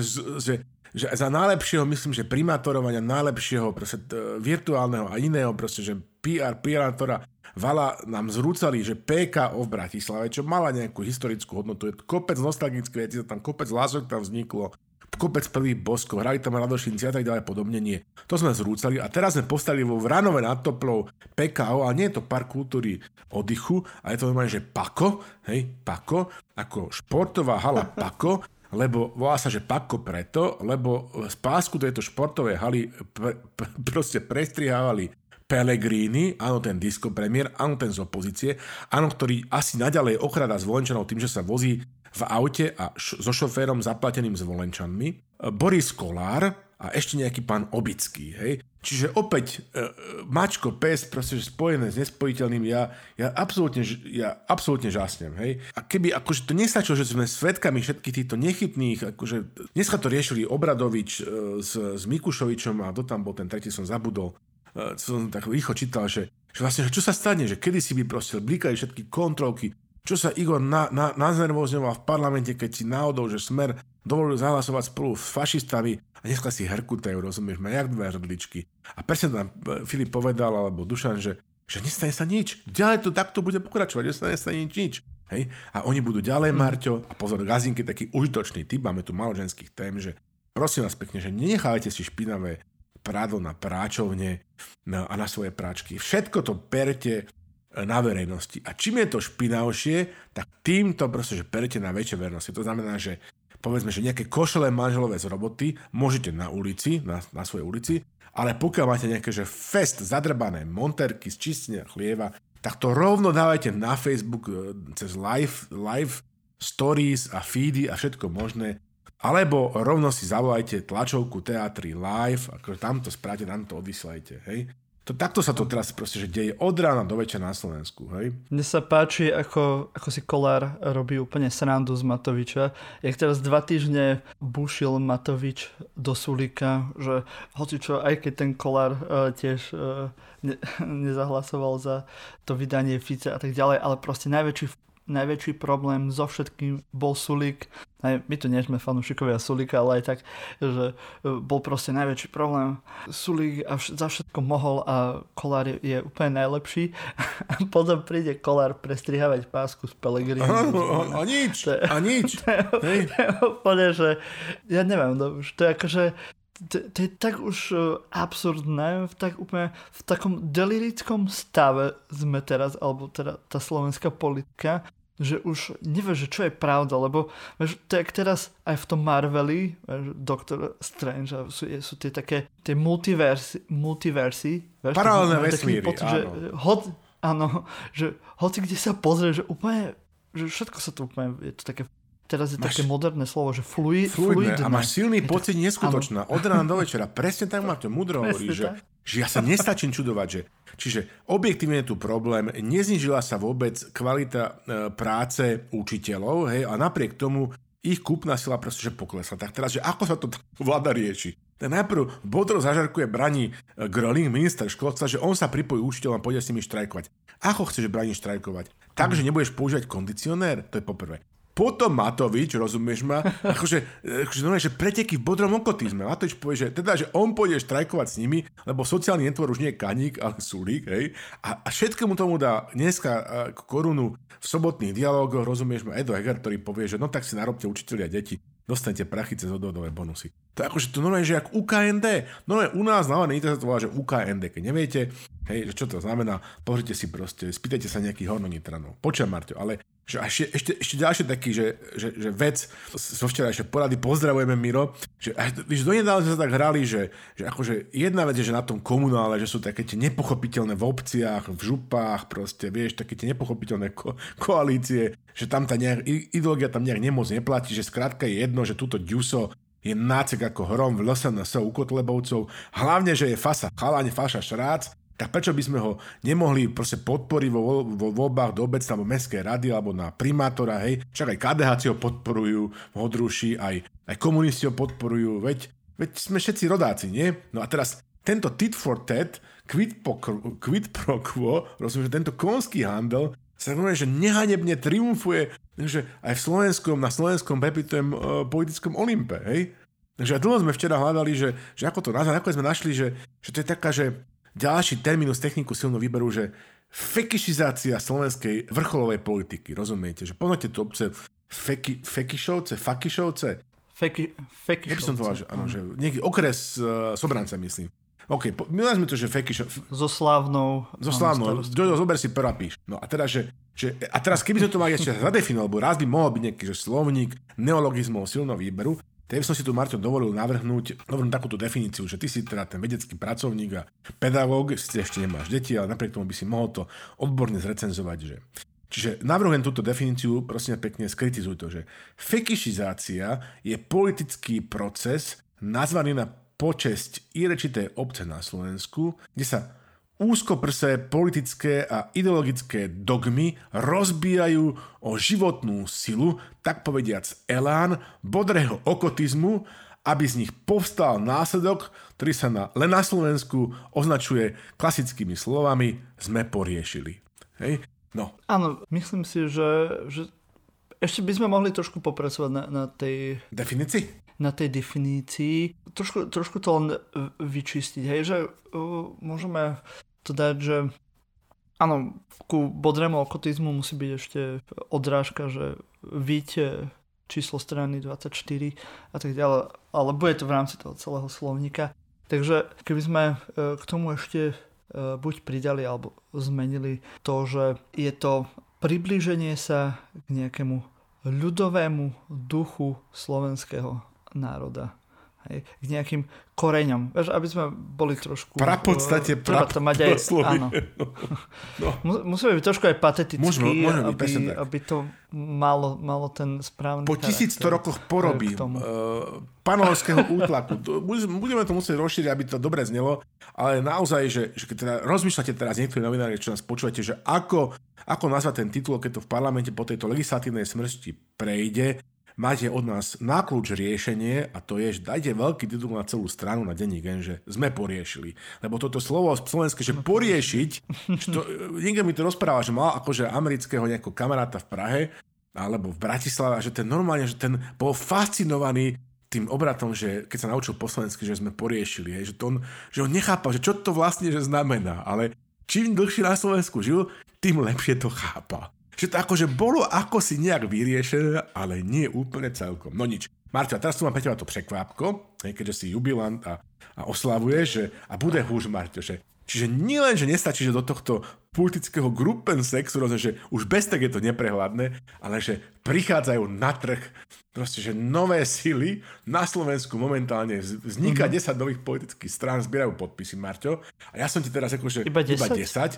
že za najlepšieho, myslím, že primátorovania najlepšieho proste, virtuálneho a iného, proste, že primátora Vala nám zrúcali, že PKO v Bratislave, čo mala nejakú historickú hodnotu, je kopec nostalgické veci, tam kopec lások tam vzniklo, kopec prvých boskov, hrali tam Radošinci a tak ďalej, podobne nie. To sme zrúcali a teraz sme postavili vo Vranove nad Toplou PKO, ale nie je to park kultúry oddychu, ale je to normálne, že Pako, hej, Pako, ako športová hala Pako, lebo volá sa, že Pako preto, lebo z pásku tejto športovej haly proste prestrihávali Pellegrini, áno, ten disco premiér, áno, ten z opozície, áno, ktorý asi naďalej ochrada Zvolenčanov tým, že sa vozí v aute a so šoférom zaplateným Zvolenčanmi, Boris Kolár a ešte nejaký pán Obický, hej. Čiže opäť mačko, pes, proste spojené s nespojiteľným, ja absolútne žasnem, hej. A keby akože to nestačilo, že sme svedkami všetkých týchto nechytných, akože dneska to riešili Obradovič s Mikušovičom a to tam bol ten tretí, som zabudol, som tak rýchlo čítal, že vlastne, že čo sa stane, že kedysi by proste blikali všetky kontrolky, čo sa Igor naznervozňoval v parlamente, keď si náhodou, že Smer dovolil zahlasovať spolu s fašistami a dneska si herkutajú, rozumieš ma, jak dve hrdličky. A presne tam Filip povedal, alebo Dušan, že nestane sa nič. Ďalej to takto bude pokračovať, že sa nestane nič. Hej? A oni budú ďalej, Marťo, a pozor, Gazinky taký užitočný typ, máme tu málo ženských tém, že prosím vás pekne, že nenechajte si špinavé prádlo na práčovne a na svoje práčky. Všetko to berte na verejnosti. A čím je to špinavšie, tak tým to proste, že perete na väčšie verejnosti. To znamená, že povedzme, že nejaké košele manželové z roboty môžete na ulici, na svojej ulici, ale pokiaľ máte nejaké, že fest zadrbané monterky z čistenia chlieva, tak to rovno dávajte na Facebook cez live stories a feedy a všetko možné. Alebo rovno si zavolajte tlačovku Teatry Live, ako tam to správate, tam to odvysielajte, hej. Takto sa to teraz proste, že deje od rána do večera na Slovensku, hej? Mne sa páči, ako si Kollár robí úplne srandu z Matoviča. Jak teraz 2 týždne bušil Matovič do Sulíka, že hocičo, aj keď ten Kollár tiež nezahlasoval za to vydanie Fica a tak ďalej, ale proste najväčší problém so všetkým bol Sulík. My tu nie sme fanúšikovia Sulíka, ale aj tak, že bol proste najväčší problém. Sulík za všetko mohol a Kollár je úplne najlepší. A potom príde Kollár prestrihávať pásku s Pellegrini. A nič. Hej. Úplne, že ja neviem, to je akože to je tak už absurdné, v takom delirickom stave sme teraz, alebo teda tá slovenská politika, že už neviem, že čo je pravda, lebo vieš, to je teraz aj v tom Marveli, Doctor Strange, sú tie také tie multiversy. Paralelné vesmíry, pocit, áno. Že hoci kde sa pozrie, že úplne, že všetko sa to úplne, je to také, teraz je také moderné slovo, že fluidné. A máš silný pocit neskutočná. Od rána do večera. Presne tak ma to múdro hovorí, že ja sa nestačím čudovať, čiže objektívne je tu problém, neznižila sa vôbec kvalita práce učiteľov, hej, a napriek tomu ich kúpna sila proste, že poklesla. Tak teraz, že ako sa to vláda rieši? Tak najprv Bodro zažarkuje Brani Gröling, minister školstva, že on sa pripojí učiteľom a pôjde s nimi štrajkovať. Ako chceš Brani štrajkovať? Takže nebudeš používať kondicionér? To je poprvé. Potom Matovič, rozumieš ma, akože že preteky v bodrom okotizme. Matovič povie, že on pôjde štrajkovať s nimi, lebo sociálny netvor už nie je Kaník, ale Sulík, hej. A všetkému tomu dá dneska korunu v sobotných dialógoch, rozumieš ma, Edo Heger, ktorý povie, že no tak si narobte učitelia deti, dostanete prachy cez odvodové bonusy. To je akože to normálne, že jak UKND. Normálne u nás na internetu sa to volá, že UKND. Keď neviete, hej, že čo to znamená, pozrite si proste, spýtajte sa nejakých hornonitranov. Počujem, Marťo, ale že ešte ďalšie taký, že vec zo včerajšej porady, pozdravujeme Miro, že donedávno sme sa tak hrali, že akože jedna vec je, že na tom komunále, že sú také tie nepochopiteľné v obciach, v župách, proste, vieš, také tie nepochopiteľné koalície, že tam tá ideológia tam nejak nemoc neplatí, že skrátka je jedno, že túto ďuso je nácek ako hrom v LSNS u Kotlebovcov, hlavne, že je fasa chalani, faša šrác, tak prečo by sme ho nemohli proste podporiť vo voľbách do obecnej alebo mestskej rady alebo na primátora, hej? Však aj KDH ho podporujú, Hodruši, aj komunisti ho podporujú, veď sme všetci rodáci, nie? No a teraz tento tit for tat, quid pro quo, rozumiem, že tento konský handel sa znamená, že nehanebne triumfuje, že aj na slovenskom prepitujem politickom Olympe, hej? Takže dlho sme včera hľadali, že ako to nazvať, ako sme našli, že to je taká, že ďalší terminus techniku silno vyberú, že fekišizácia slovenskej vrcholovej politiky. Rozumiete? Že poznáte to obce Fakišovce? Jak by som to povedal, že áno, že nieký okres Sobrance, myslím. OK, my to, že Fakišov. So slávnou. Jojo, zober si pero a píš. No a teraz, a teraz, keby sme to mali ešte zadefinovať, lebo raz by mohol byť nejaký, že slovník neologizmov silno výberu, tak som si tu, Marťo, dovolil navrhnúť takúto definíciu, že ty si teda ten vedecký pracovník a pedagóg, si ešte nemáš deti, ale napriek tomu by si mohol to odborne zrecenzovať. Čiže navrhujem túto definíciu, prosím pekne, skritizuj to, že fekišizácia je politický proces nazvaný na počesť irečitej obce na Slovensku, kde sa úzkoprsé politické a ideologické dogmy rozbíjajú o životnú silu, tak povediac elán, bodrého okotizmu aby z nich povstal následok, ktorý sa len na Slovensku označuje klasickými slovami sme poriešili. Hej? No. Áno, myslím si, že ešte by sme mohli trošku popracovať na tej definícii. Na tej definícii. Trošku to len vyčistiť. Hej, že môžeme to dať, že áno, ku bodrému okotizmu musí byť ešte odrážka, že víte číslo strany 24 a tak ďalej, ale bude to v rámci toho celého slovníka. Takže keby sme k tomu ešte buď pridali alebo zmenili to, že je to priblíženie sa k nejakému ľudovému duchu slovenského národa. Hej, k nejakým koreňom. Aby sme boli trošku... Prapodstate áno. No. Musíme byť trošku aj patetický, aby to malo ten správny po 1100 rokoch poroby panovského útlaku. Budeme to musieť rozšíriť, aby to dobre znelo, ale naozaj, že keď teda rozmýšľate teraz niektorí novinári, čo nás počúvate, že ako nazvať ten titul, keď to v parlamente po tejto legislatívnej smršti prejde, máte od nás na kľúč riešenie a to je, že dajte veľký titul na celú stranu na denník N, že sme poriešili. Lebo toto slovo slovenské, že poriešiť, niekto mi to rozpráva, že mal akože amerického nejakého kamaráta v Prahe alebo v Bratislave, že ten normálne, že ten bol fascinovaný tým obratom, že keď sa naučil po slovensky, že sme poriešili, hej, že on nechápal, že čo to vlastne že znamená, ale čím dlhšie na Slovensku žil, tým lepšie to chápal. Že to akože bolo ako si nejak vyriešené, ale nie úplne celkom. No nič. Marťo, a teraz tu mám pre teba to prekvápko, keďže si jubilant a oslavuješ, a bude húž, Marťo, že čiže nielen, že nestačí, že do tohto politického grupensexu, že už bez tak je to neprehľadné, ale že prichádzajú na trh proste, že nové sily na Slovensku momentálne vzniká 10 nových politických strán, zbierajú podpisy, Marťo. A ja som ti teraz akože iba 10.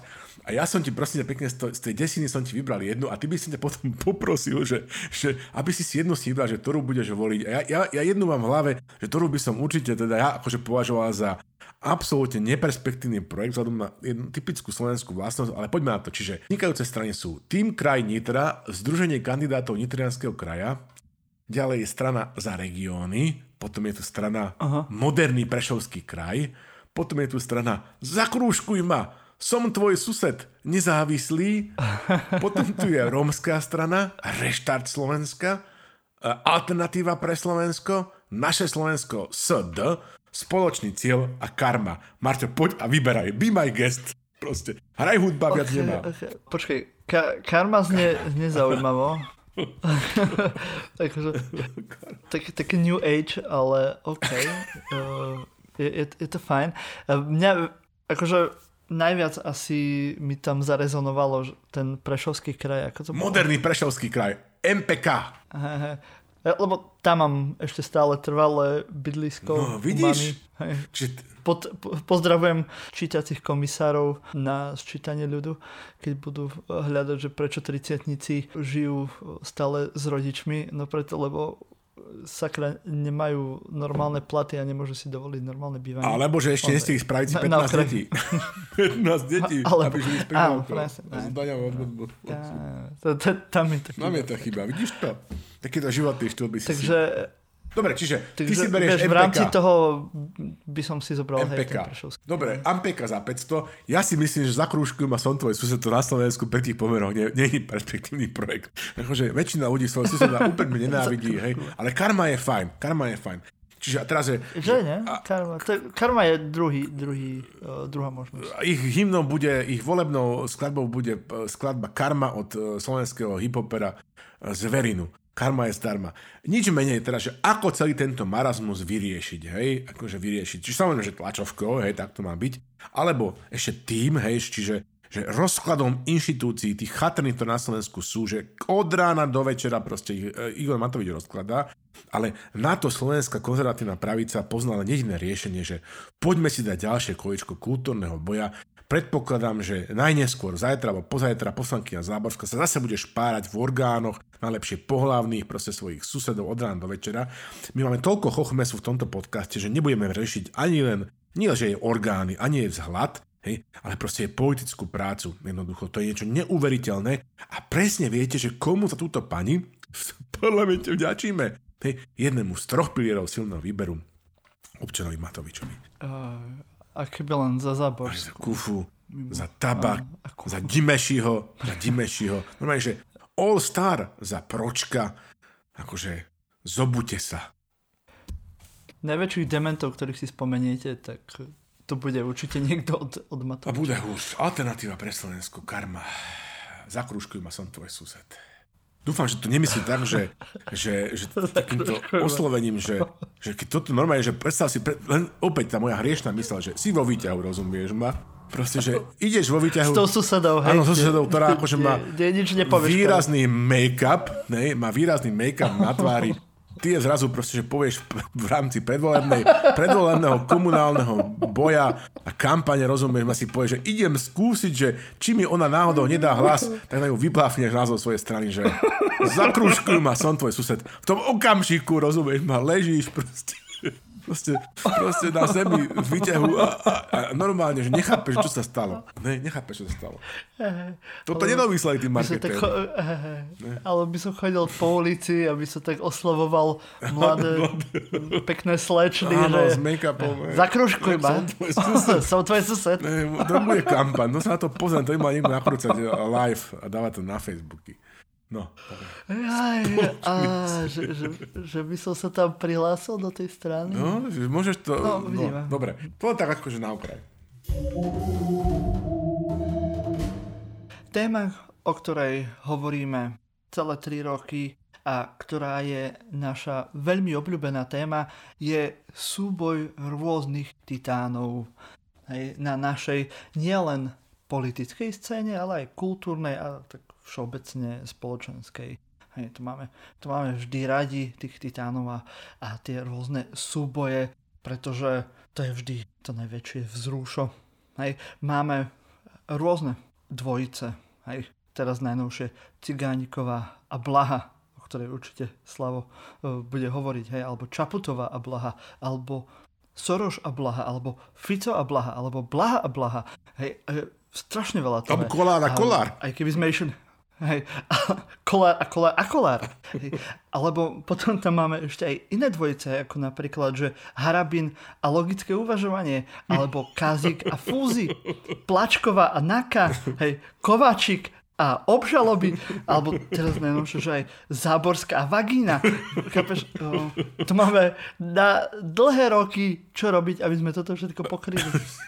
A ja som ti prosím pekne z tej 10 som ti vybral jednu a ty by si ťa potom poprosil, že aby si jednu si vybral, že ktorú budeš voliť. A ja jednu mám v hlave, že ktorú by som určite teda ja akože považoval za absolútne neperspektívny projekt vzhľadom na jednu typickú slovenskú vlastnosť, ale poďme na to. Čiže vznikajúce strany sú Tým kraj Nitra, Združenie kandidátov Nitrianskeho kraja, ďalej je strana Za regióny, potom je tu strana Moderný Prešovský kraj, potom je tu strana Zakrúžkuj ma, som tvoj sused, nezávislý, potom tu je rómska strana, Reštart Slovenska, Alternatíva pre Slovensko, Naše Slovensko SD, Spoločný cieľ a Karma. Marťo, poď a vyberaj. Be my guest. Proste. Hraj hudba, viac nemá. Okay. Počkej, Karma znie zaujímavo. Taký new age, ale OK. Je to fajn. Mňa akože najviac asi mi tam zarezonovalo ten Prešovský kraj. Ako to Moderný Prešovský kraj. MPK. Lebo tam mám ešte stále trvalé bydlisko. No, vidíš? Pozdravujem čítacích komisárov na sčítanie ľudu, keď budú hľadať, že prečo 30-tníci žijú stále s rodičmi. No preto, lebo sakra nemajú normálne platy a nemôžu si dovoliť normálne bývanie. Alebo že ešte nestihli spraviť si 15 detí. 15 detí, aby žili s primárkou. Tam je to chyba. Tam je to chyba, vidíš to? Takýto životný štýl by si Takže... Dobre, čiže ty si berieš MPK. V rámci toho by som si zobral MPK. Dobre, MPK za 500. Ja si myslím, že Zakrúžkuj ma, som tvoj sused, to na Slovensku pri tých pomeroch nie je perspektívny projekt. Takže väčšina ľudí svojho suseda úplne nenávidí, hej. Ale Karma je fajn. Čiže a teraz je... Že nie? Karma je druhá možnosť. Ich volebnou skladbou bude skladba Karma od slovenského hiphopera Zverinu. Karma je zdarma. Nič menej teda, že ako celý tento marazmus vyriešiť, hej, akože vyriešiť. Čiže samozrejme, že tlačovkou, hej, tak to má byť. Alebo ešte tým, hej, čiže že rozkladom inštitúcií, tých chatrných, ktoré na Slovensku sú, že od rána do večera proste Igor Matovič rozkladá, ale na to slovenská konzervatívna pravica poznala jediné riešenie, že poďme si dať ďalšie količko kultúrneho boja. Predpokladám, že najneskôr zajtra alebo pozajtra poslankyňa Záborská sa zase bude špárať v orgánoch, najlepšie pohlavných, proste svojich susedov od rána do večera. My máme toľko chochmesu v tomto podcaste, že nebudeme riešiť ani len, nie že je orgány, ani je vzhľad, hej, ale proste je politickú prácu. Jednoducho, to je niečo neuveriteľné a presne viete, že komu za túto pani v parlamente vďačíme. jednému z 3 pilierov silného výberu, občanovi Matovičovi. A keby len za Záborskú. Za Kufu, za Tabak, za Dimešiho. Normálne, že All Star za Pročka. Akože zobute sa. Najväčších dementov, ktorých si spomeniete, tak to bude určite niekto od Matoviča. A bude už alternatíva pre Slovensku, Karma. Zakrúškuj ma, som tvoj sused. Dúfam, že to nemyslí tak, že takýmto oslovením, že keď toto normálne, že predstav si, len opäť tá moja hriešna mysl, že si vo výťahu, rozumieš ma? Proste, že ideš vo výťahu... S tou susedou, hej. Áno, so susedou, ktorá akože má výrazný make-up, má výrazný make-up na tvári. Ty je zrazu proste, že povieš v rámci predvolebného komunálneho boja a kampane, rozumieš, ma si povieš, že idem skúsiť, že či mi ona náhodou nedá hlas, tak na ju vypláfneš názov svojej strany, že zakrúškuj ma, som tvoj sused. V tom okamžiku, rozumieš ma, ležíš proste na zemi v výťahu a normálne, že nechápeš, čo sa stalo. Nechápeš, čo sa stalo. Toto nedomysleli tým marketérom. Ale by som chodil po ulici, aby som tak oslovoval mladé, pekné slečny. Áno, s make-upom. Zakruškuj ma. Som tvoj sused. To bude kampaň. No sa na to pozriem, to by mal niekto nakrúcať live a dávať to na Facebooky. No. Že by som sa tam prihlásil do tej strany? No, môžeš to... No, dobre. To je tak akože na okraj. Téma, o ktorej hovoríme celé 3 roky a ktorá je naša veľmi obľúbená téma, je súboj rôznych titánov na našej nielen politickej scéne, ale aj kultúrnej a tak všeobecne spoločenskej. To máme vždy radi tých titánov a tie rôzne súboje, pretože to je vždy to najväčšie vzrušo. Máme rôzne dvojice. Teraz najnovšie Cigániková a Blaha, o ktorej určite Slavo bude hovoriť, alebo Čaputová a Blaha, alebo Soros a Blaha, alebo Fico a Blaha, alebo Blaha a Blaha. Strašne veľa toho. Alebo Kolár a Kolár. Aj keby sme išli... Kolár a Kolár. Alebo potom tam máme ešte aj iné dvojice, ako napríklad, že Harabin a logické uvažovanie, alebo Kazík a Fúzi, Plačková a Naka, Kováčik a obžaloby, alebo teraz najnovšie, že aj Záborská a Vagína. Chápeš? To máme na dlhé roky čo robiť, aby sme toto všetko pokryli.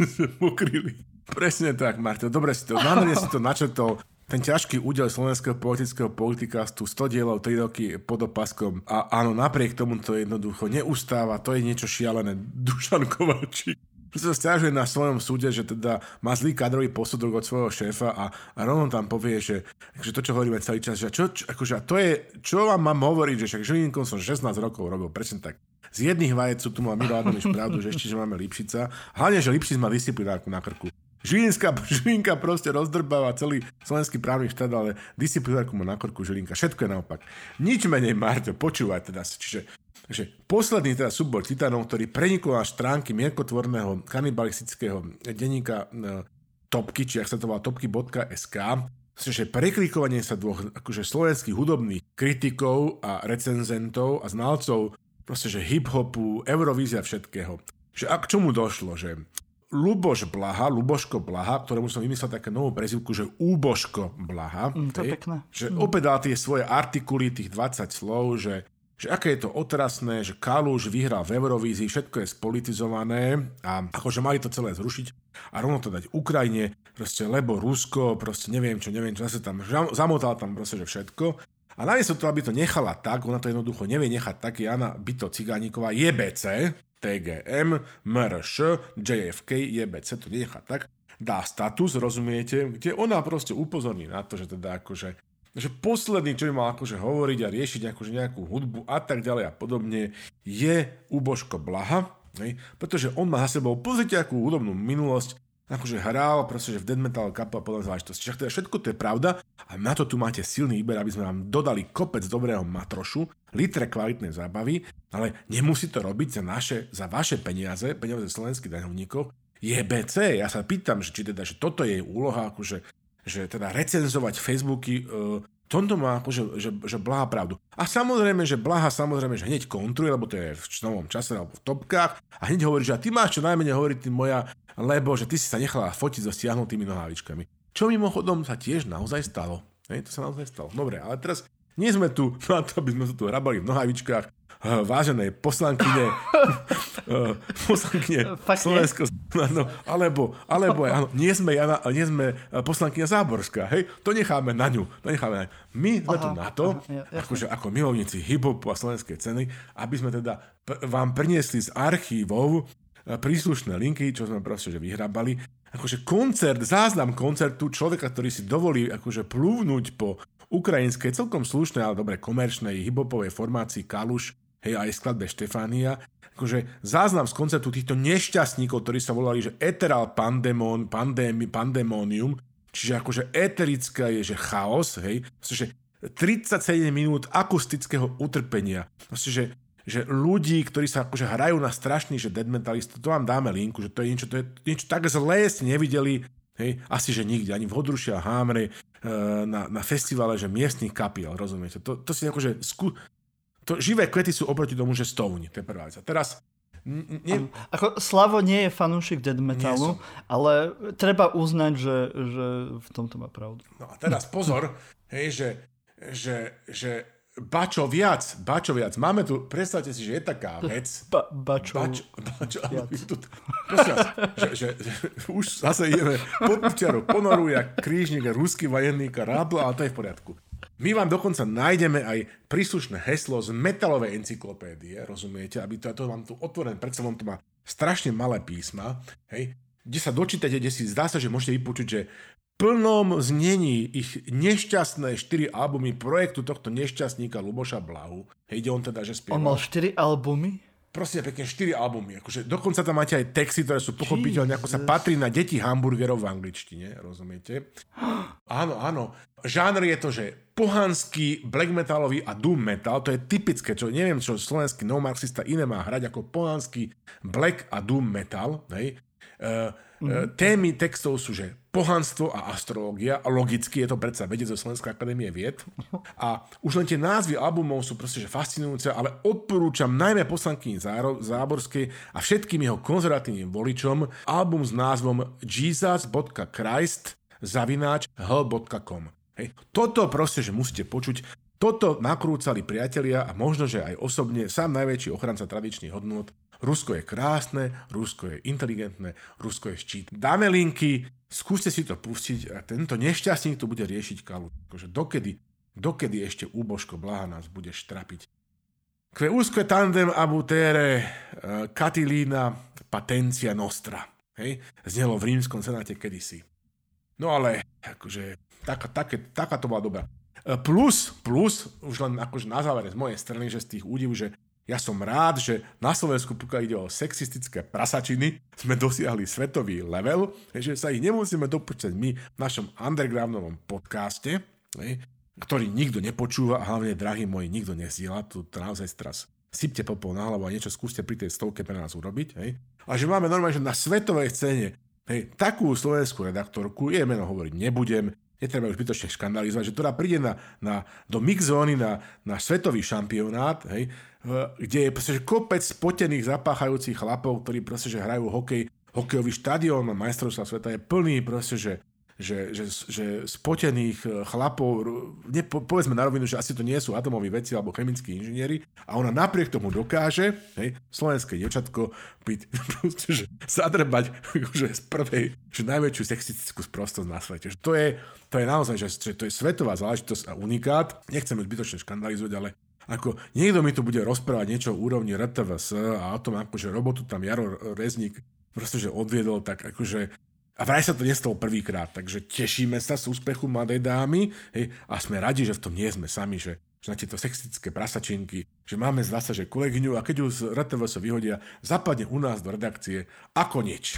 Presne tak, Martin. Dobre si to, nádherne si to načrtol. Ten ťažký údel slovenského politického podcastu, 100 dielov, 3 roky pod opaskom. A áno, napriek tomu to jednoducho neustáva, to je niečo šialené. Dušan Kováčik sa sťažuje na svojom súde, že teda má zlý kadrový posudok od svojho šéfa a rovno tam povie, že to, čo hovoríme celý čas, že akože to je, čo vám mám hovoriť, že však Žilinkom som 16 rokov robil, presne tak. Z jedných vajec tu má Miro Adamovič pravdu, že ešte, že máme Lipšica. Hlavne, že Lipšic má disciplinárku na krku. Žilinka proste rozdrbáva celý slovenský právny štát, ale disciplinárku má na krku Žilinka. Všetko je naopak. Nič menej, Marto, počúvaj teda. Čiže posledný teda súbor titánov, ktorý prenikol na stránky mierkotvorného kanibalistického denníka Topky, či ak sa to volá topky.sk, že preklikovanie sa dvoch akože slovenských hudobných kritikov a recenzentov a znalcov proste, že hip-hopu, Eurovízia všetkého. Že a k čomu došlo, že Luboško Blaha, ktorému som vymyslel také novú prezývku, že Úbožko Blaha. To je pekné. Že opäť dal tie svoje artikuly, tých 20 slov, že aké je to otrasné, že Kaluš vyhral v Eurovízii, všetko je spolitizované a akože mali to celé zrušiť a rovno to dať Ukrajine, proste lebo Rusko, proste neviem čo, zase tam zamotal tam proste, že všetko. A namiesto toho, aby to nechala tak, ona to jednoducho nevie nechať tak, Jana Byto Cigániková, JBC, TGM, MRŠ, JFK, JBC, to nenechá tak, dá status, rozumiete, kde ona proste upozorní na to, že teda akože že posledný, čo by mal akože hovoriť a riešiť akože nejakú hudbu a tak ďalej a podobne, je Úbožko Blaha, pretože on má za sebou, pozrite akú hudobnú minulosť, akože hral proste, že v death metal kapela podľa záležitosti. Však teda všetko to je pravda a na to tu máte silný výber, aby sme vám dodali kopec dobrého matrošu, litre kvalitnej zábavy, ale nemusí to robiť za vaše peniaze slovenských daňovníkov. JBC, ja sa pýtam, že či teda, že toto je úloha, akože že teda recenzovať Facebooky tomto má že Blaha pravdu. A samozrejme, že Blaha že hneď kontruje, lebo to je v novom čase alebo v topkách a hneď hovorí, že a ty máš čo najmenej hovoriť ty moja, lebo že ty si sa nechala fotiť so stiahnutými nohavičkami. Čo mimochodom sa tiež naozaj stalo. To sa naozaj stalo. Dobre, ale teraz nie sme tu na to, aby sme sa tu hrabali v nohavičkách váženej poslankyne Slovensko, no, alebo áno, nie sme poslankyňa Záborská, hej? To necháme na ňu. My sme tu na to, akože ako milovníci hip-hopu a slovenskej ceny, aby sme teda vám priniesli z archívov príslušné linky, čo sme proste že vyhrabali. Akože záznam koncertu človeka, ktorý si dovolí akože plúvnuť po ukrajinskej, celkom slušnej, ale dobre komerčnej hip-hopovej formácii Kaluš, hej, aj skladbe Štefánia. Akože záznam z koncertu týchto nešťastníkov, ktorí sa volali, že Ethereal Pandemonium, čiže akože eterická je, že chaos, hej, pretože 37 minút akustického utrpenia. Proste, že ľudí, ktorí sa akože hrajú na strašný, že dead metalist, to vám dáme linku, že to je niečo tak zlé ste nevideli, hej, asi že nikde, ani v Hodruši a Hámre na festivale, že miestnych kapiel, rozumiete? To si akože to živé kvety sú oproti tomu, že stovni, to je prvá vec. A teraz Ako Slavo nie je fanúšik death metalu, ale treba uznať, že v tomto má pravdu. No a teraz pozor, hej, že bačo viac. Máme tu, predstavte si, že je taká vec. Bačo viac. Prosím vás, že už zase ideme pod čiarou ponoru, jak krížnik, ruský vojenník a rábla, ale to je v poriadku. My vám dokonca nájdeme aj príslušné heslo z metalovej encyklopédie, rozumiete, aby to mám tu otvorené, pred sebou to má strašne malé písma, hej, kde sa dočítate, kde si zdá sa, že môžete vypočuť, že plnom znení ich nešťastné 4 albumy projektu tohto nešťastníka Ľuboša Blahu. Hej, kde on teda, že spieval. On mal 4 albumy? Prosím, pekne 4 albumy. Akože, dokonca tam máte aj texty, ktoré sú pochopiteľné, ako sa patrí na deti hamburgerov v angličtine, rozumiete? Áno. Žánr je to, že pohanský, black metalový a doom metal, to je typické, čo neviem, čo slovenský neomarxista iné má hrať ako pohanský black a doom metal, hej? Témy textov sú, že pohanstvo a astrológia, a logicky je to predsa vedieť zo Slovenskej akadémie vied. A už len tie názvy albumov sú proste že fascinujúce, ale odporúčam najmä poslankyni Záborskej a všetkým jeho konzervatívnym voličom album s názvom jesus.christ@hell.com. Hej. Toto proste, že musíte počuť. Toto nakrúcali priatelia a možno, že aj osobne sám najväčší ochranca tradičných hodnôt. Rusko je krásne, Rusko je inteligentné, Rusko je štít. Dáme linky, skúste si to pustiť a tento nešťastník tu bude riešiť kalu. Akože dokedy ešte úbožko Blaha nás bude štrapiť. Que usque tandem abutere Catilina patentia nostra. Hej? Znelo v rímskom senáte kedysi. No ale akože taká to bola doba. Plus, už len akože na závere z mojej strany, že z tých údiv, že ja som rád, že na Slovensku, pokiaľ ide o sexistické prasačiny, sme dosiahli svetový level, že sa ich nemusíme dopúšťať my v našom undergroundovom podcaste, ktorý nikto nepočúva a hlavne, drahí moji, nikto nezdieľa. Tu naozaj teraz sypte popol na hlavu a niečo skúste pri tej stovke pre nás urobiť. A že máme normálne, že na svetovej scéne takú slovenskú redaktorku, jej meno hovoriť nebudem, netreba už zbytočne škandalizovať, že ktorá príde do mixzóny na svetový šampionát, kde je proste, že kopec spotených, zapáchajúcich chlapov, ktorí proste, že hrajú hokejový štadión na majstrovstvá sveta je plný proste, že spotených chlapov, povedzme na rovinu, že asi to nie sú atomoví vedci alebo chemickí inžinieri a ona napriek tomu dokáže, slovenské dievčatko byť proste, že zadrbať že z prvej, že najväčšiu sexistickú sprostosť na svete. Že to je naozaj, že to je svetová záležitosť a unikát. Nechcem ju zbytočne škandalizovať, ale ako niekto mi tu bude rozprávať niečo o úrovni RTVS a o tom, akože robotu tam Jaro Rezník proste, že odviedol, tak akože a vraj sa to nestalo prvýkrát, takže tešíme sa z úspechu mladej dámy, a sme radi, že v tom nie sme sami, že na tieto sexistické prasačinky, že máme zasa, že kolegyňu a keď ju z RTVS vyhodia, zapadne u nás do redakcie ako nič.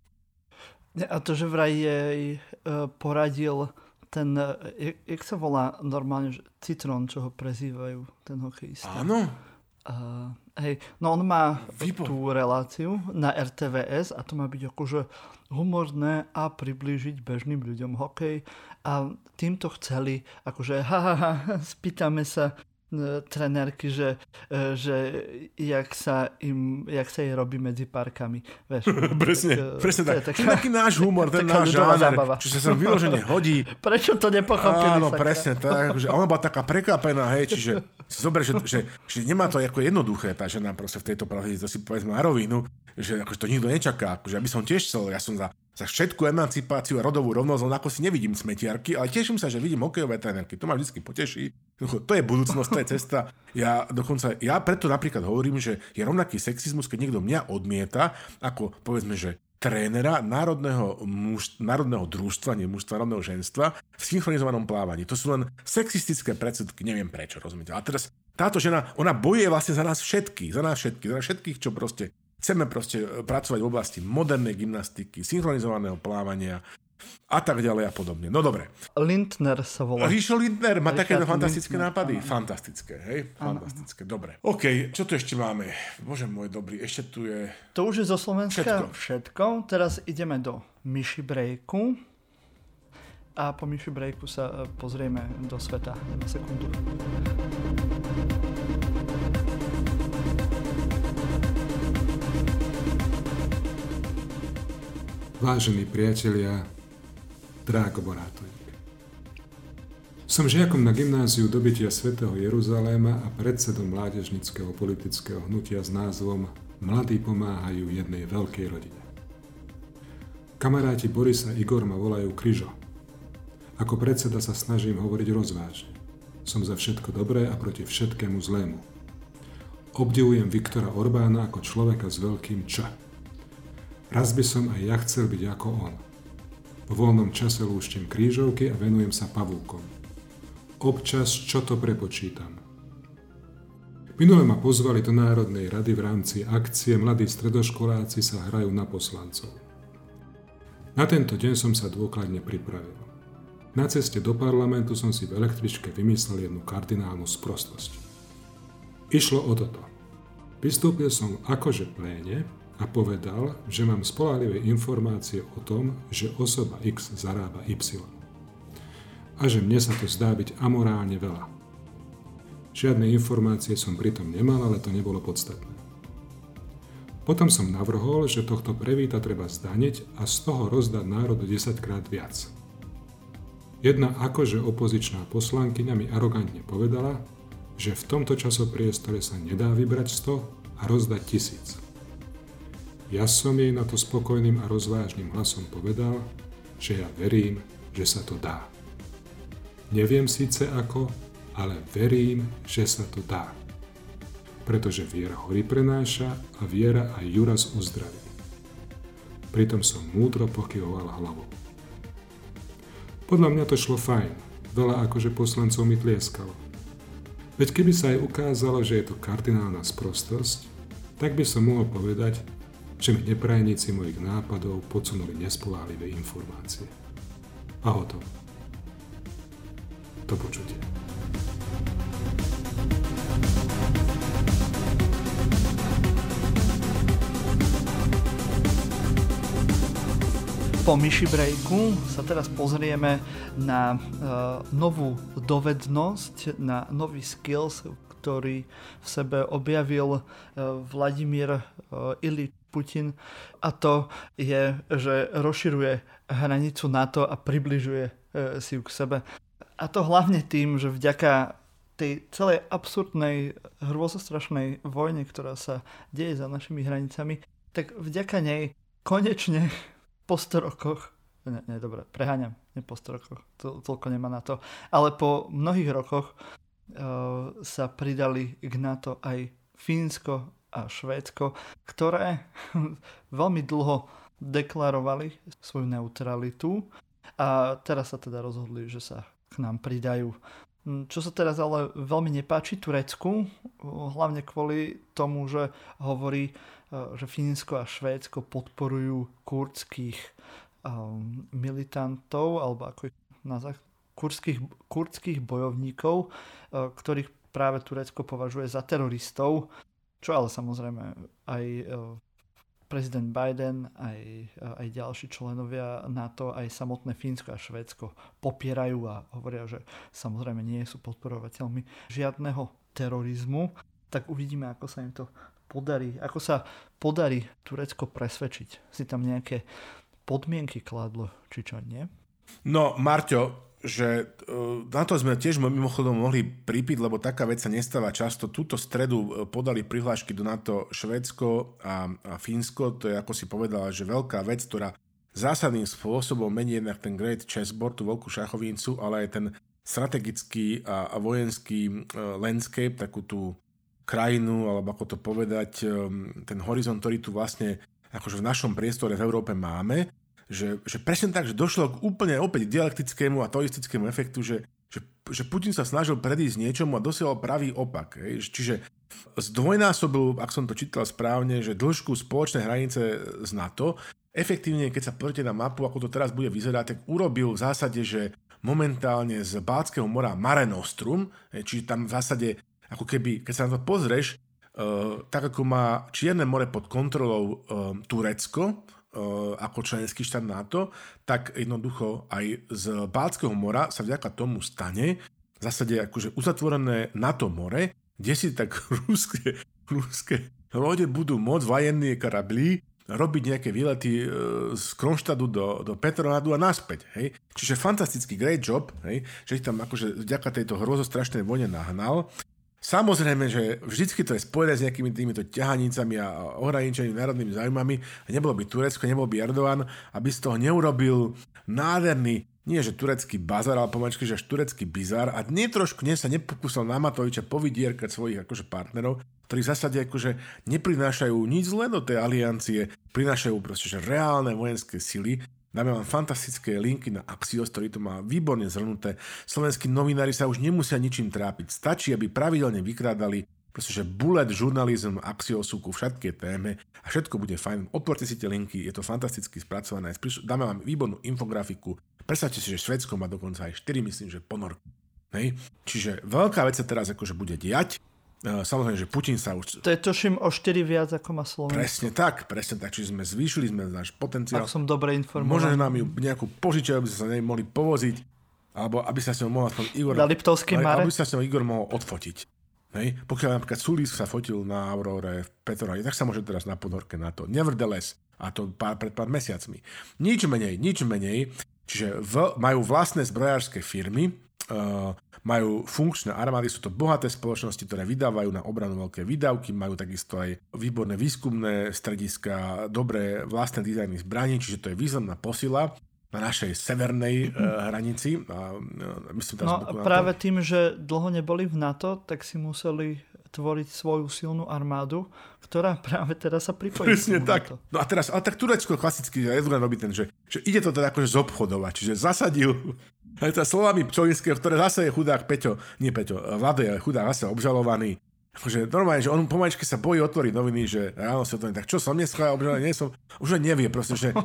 A to, že vraj jej poradil ten, jak sa volá normálne, Citrón, čo ho prezývajú, ten hokejista. Áno. Hej, no on má tú reláciu na RTVS a to má byť akože humorné a priblížiť bežným ľuďom hokej a týmto chceli akože spýtame sa trenérky, že jak sa jej robí medzi parkami. Vieš, presne tak. Taký náš humor, ten náš žáner, čo sa vyložene hodí. Prečo to nepochopili? Áno, presne tak. Že ona bola taká prekvapená, hej, čiže si zober, že nemá to ako jednoduché tá žena proste v tejto pravde, to si povedzme na rovinu, že akože to nikto nečaká. Akože ja by som tiež chcel, ja som za všetku emancipáciu a rodovú rovnosť, len ako si nevidím smetiarky, ale teším sa, že vidím hokejové trénerky. To ma vždy poteší. To je budúcnosť, to je cesta. Ja preto napríklad hovorím, že je rovnaký sexizmus, keď niekto mňa odmieta, ako povedzme, že trénera národného družstva, nie mužstva, národného ženstva v synchronizovanom plávaní. To sú len sexistické predsudky, neviem prečo, rozumiete. A teraz táto žena, ona bojuje vlastne za nás všetkých, čo proste chceme pracovať v oblasti modernej gymnastiky, synchronizovaného plávania a tak ďalej a podobne. No dobre. Lindner sa volá. Rišo Lindner má takéto fantastické nápady. Fantastické, hej? Fantastické, dobre. OK, čo tu ešte máme? Bože môj dobrý, ešte tu je... To už je zo Slovenska všetko. Teraz ideme do Myši Breaku. A po Myši Breaku sa pozrieme do sveta na sekundu. Vážení priatelia, Drágo Borátoník. Som žiakom na gymnáziu dobytia svätého Jeruzaléma a predsedom mládežnického politického hnutia s názvom Mladí pomáhajú jednej veľkej rodine. Kamaráti Boris a Igor ma volajú Kryžo. Ako predseda sa snažím hovoriť rozvážne. Som za všetko dobré a proti všetkému zlému. Obdivujem Viktora Orbána ako človeka s veľkým Č. Raz by som aj ja chcel byť ako on. Po voľnom čase lúštim krížovky a venujem sa pavúkom. Občas čo to prepočítam. Minule ma pozvali do Národnej rady v rámci akcie Mladí stredoškoláci sa hrajú na poslancov. Na tento deň som sa dôkladne pripravil. Na ceste do parlamentu som si v električke vymyslel jednu kardinálnu sprostosť. Išlo o toto. Vystúpil som akože pléne a povedal, že mám spoľahlivé informácie o tom, že osoba X zarába Y. A že mne sa to zdá byť amorálne veľa. Žiadne informácie som pritom nemal, ale to nebolo podstatné. Potom som navrhol, že tohto prevíta treba zdaniť a z toho rozdať národu 10-krát viac. Jedna akože opozičná poslankyňa mi arogantne povedala, že v tomto časopriestore sa nedá vybrať 100 a rozdať 1000. Ja som jej na to spokojným a rozvážnym hlasom povedal, že ja verím, že sa to dá. Neviem síce ako, ale verím, že sa to dá. Pretože viera hory prenáša a viera aj Juraz uzdraví. Pritom som múdro pokyvoval hlavou. Podľa mňa to šlo fajn, veľa akože poslancov mi tlieskalo. Veď keby sa aj ukázalo, že je to kardinálna sprostosť, tak by som mohol povedať, že mi neprajníci mojich nápadov podsunuli nespoľahlivé informácie. A hotovo. Do počutia. Po Myši Breaku sa teraz pozrieme na novú dovednosť, na nový skills, ktorý v sebe objavil Vladimír Ilič Putin, a to je, že rozširuje hranicu NATO a približuje si ju k sebe. A to hlavne tým, že vďaka tej celej absurdnej, hrôzostrašnej vojne, ktorá sa deje za našimi hranicami, tak vďaka nej konečne po 100 rokoch, dobre, preháňam, nie po 100 rokoch, toľko nemá na to, ale po mnohých rokoch sa pridali k NATO aj Fínsko a Švédsko, ktoré veľmi dlho deklarovali svoju neutralitu a teraz sa teda rozhodli, že sa k nám pridajú. Čo sa teraz ale veľmi nepáči Turecku, hlavne kvôli tomu, že hovorí, že Fínsko a Švédsko podporujú kurdských militantov, alebo ako ich nazvať, kurdských bojovníkov, ktorých práve Turecko považuje za teroristov, čo ale samozrejme aj prezident Biden, aj ďalší členovia NATO, aj samotné Fínsko a Švédsko popierajú a hovoria, že samozrejme nie sú podporovateľmi žiadneho terorizmu. Tak uvidíme, ako sa im to podarí. Ako sa podarí Turecko presvedčiť. Si tam nejaké podmienky kladlo, či čo, nie? No, Marťo, že na to sme tiež mimochodom mohli pripiť, lebo taká vec sa nestáva často. Túto stredu podali prihlášky do NATO Švédsko a Fínsko. To je, ako si povedala, že veľká vec, ktorá zásadným spôsobom mení jednak ten Great Chessboard, tú veľkú šachovnicu, ale aj ten strategický a vojenský landscape, takú tú krajinu, alebo ako to povedať, ten horizont, ktorý tu vlastne akože v našom priestore v Európe máme, že presne tak, že došlo k úplne opäť dialektickému a teoristickému efektu, že Putin sa snažil predísť niečomu a dosiahol pravý opak. Čiže zdvojnásobil, ak som to čítal správne, že dĺžku spoločnej hranice z NATO, efektívne, keď sa pozrite na mapu, ako to teraz bude vyzerať, tak urobil v zásade, že momentálne z Baltského mora Mare Nostrum, čiže tam v zásade, ako keby, keď sa na to pozrieš, tak ako má Čierne more pod kontrolou Turecko, ako členský štát NATO, tak jednoducho aj z Baltského mora sa vďaka tomu stane v zásade akože uzatvorené NATO more, kde si tak ruské lode budú môcť vojenné korably robiť nejaké výlety z Kronštadu do Petrohradu a naspäť. Hej? Čiže fantastický great job, hej? Že ich tam akože vďaka tejto hrozostrašnej vojne nahnal. Samozrejme, že vždycky to je spojené s nejakými týmito ťahanicami a ohraničenými národnými záujmami a nebolo by Turecko, nebol by Erdogan, aby z toho neurobil nádherný, nie že turecký bazar, ale pomaličky, že až turecký bizar a trošku sa nepokúsal na Matoviča povydierkať svojich akože partnerov, ktorí v zásade akože neprinášajú nič zle do tej aliancie, prinášajú proste že reálne vojenské sily. Dáme vám fantastické linky na Axios, ktorý to má výborne zhrnuté. Slovenskí novinári sa už nemusia ničím trápiť. Stačí, aby pravidelne vykrádali pretože bullet žurnalizm Axiosu ku všetké téme a všetko bude fajn. Otvorte si tie linky, je to fantasticky spracované. Dáme vám výbornú infografiku. Predstavte si, že Švédsko má dokonca aj 4, myslím, že ponorky. Hej? Čiže veľká vec sa teraz akože bude diať. Samozrejme, že Putin sa už... To je tuším o 4 viac ako má Slovensko. Presne tak. Čiže sme zvýšili náš potenciál. Ak som dobre informovaný. Možno, že nám ju nejakú požičali, aby sa sa nej mohli povoziť, alebo aby sa s ňou mohol aspoň Igor... Na Liptovskej Mare? Aby sa s ňou Igor mohol odfotiť. Hej? Pokiaľ napríklad Sulík sa fotil na Aurore v Petrohrade, tak sa môže teraz na ponorke na to. Nevertheless. A to pred pár mesiacmi. Nič menej. Čiže majú vlastné zbrojárske firmy, majú funkčné armády, sú to bohaté spoločnosti, ktoré vydávajú na obranu veľké výdavky, majú takisto aj výborné výskumné strediska, dobré vlastné dizajny zbraní, čiže to je významná posila na našej severnej hranici. Myslím, práve tým, že dlho neboli v NATO, tak si museli tvoriť svoju silnú armádu, ktorá práve teraz sa pripojí. Presne tak. No a teraz, ale tak Turecko klasicky Erdogan robí ten, že ide to teda akože zobchodovať, čiže zasadil aj tá slovami Pčolinského, ktoré zase je chudák Vlado je chudák zase obžalovaný. Akože normálne, že on pomaličky sa bojí otvoriť noviny, že ráno si otvorí, tak čo som dneska obžalovaný, nie som, už nevie proste, že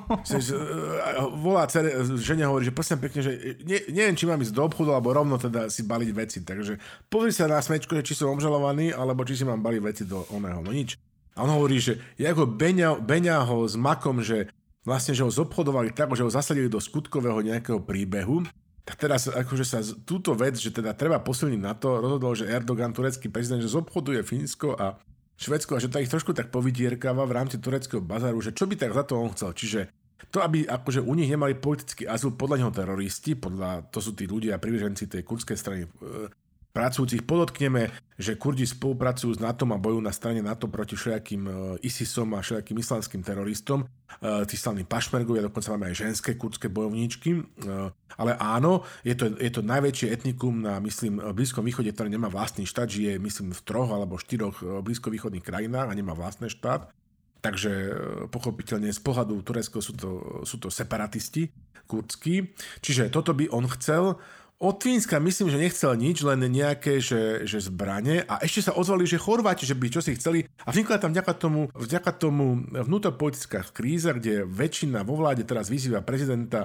volá žene hovorí, že prosím pekne, že neviem, či mám ísť do obchodu, alebo rovno teda si baliť veci, takže pozri sa na smečku, že či som obžalovaný, alebo či si mám baliť veci do oného, no nič. A on hovorí, že je ako Beňa ho s Makom, že vlastne, že ho zobchodovali tak, že ho zasadili do skutkového nejakého príbehu. Tak teraz akože sa túto vec, že teda treba posilniť na to, rozhodol, že Erdogan, turecký prezident, že zobchoduje Fínsko a Švédsko a že to ich trošku tak povydierkáva v rámci tureckého bazaru, že čo by tak za to on chcel. Čiže to, aby akože u nich nemali politický azyl, podľa neho teroristi, to sú tí ľudia, privrženci tej kurdskej strany pracujúcich. Podotkneme, že Kurdi spolupracujú s NATO a bojujú na strane NATO proti všelijakým ISISom a všelijakým islamským teroristom. Tí slavní pašmergovia, dokonca máme aj ženské kurdské bojovníčky. Ale áno, je to najväčšie etnikum na, myslím, Blízkom východe, ktoré nemá vlastný štát, žije, myslím, v 3 alebo 4 blízkovýchodných krajinách a nemá vlastný štát. Takže pochopiteľne z pohľadu Turecka sú to separatisti kurdskí. Čiže toto by on chcel. Od Fínska myslím, že nechcel nič, len nejaké, že zbrane. A ešte sa ozvali, že Chorváti, že by čo si chceli. A vznikla tam vďaka tomu vnútropolitická kríza, kde väčšina vo vláde teraz vyzýva prezidenta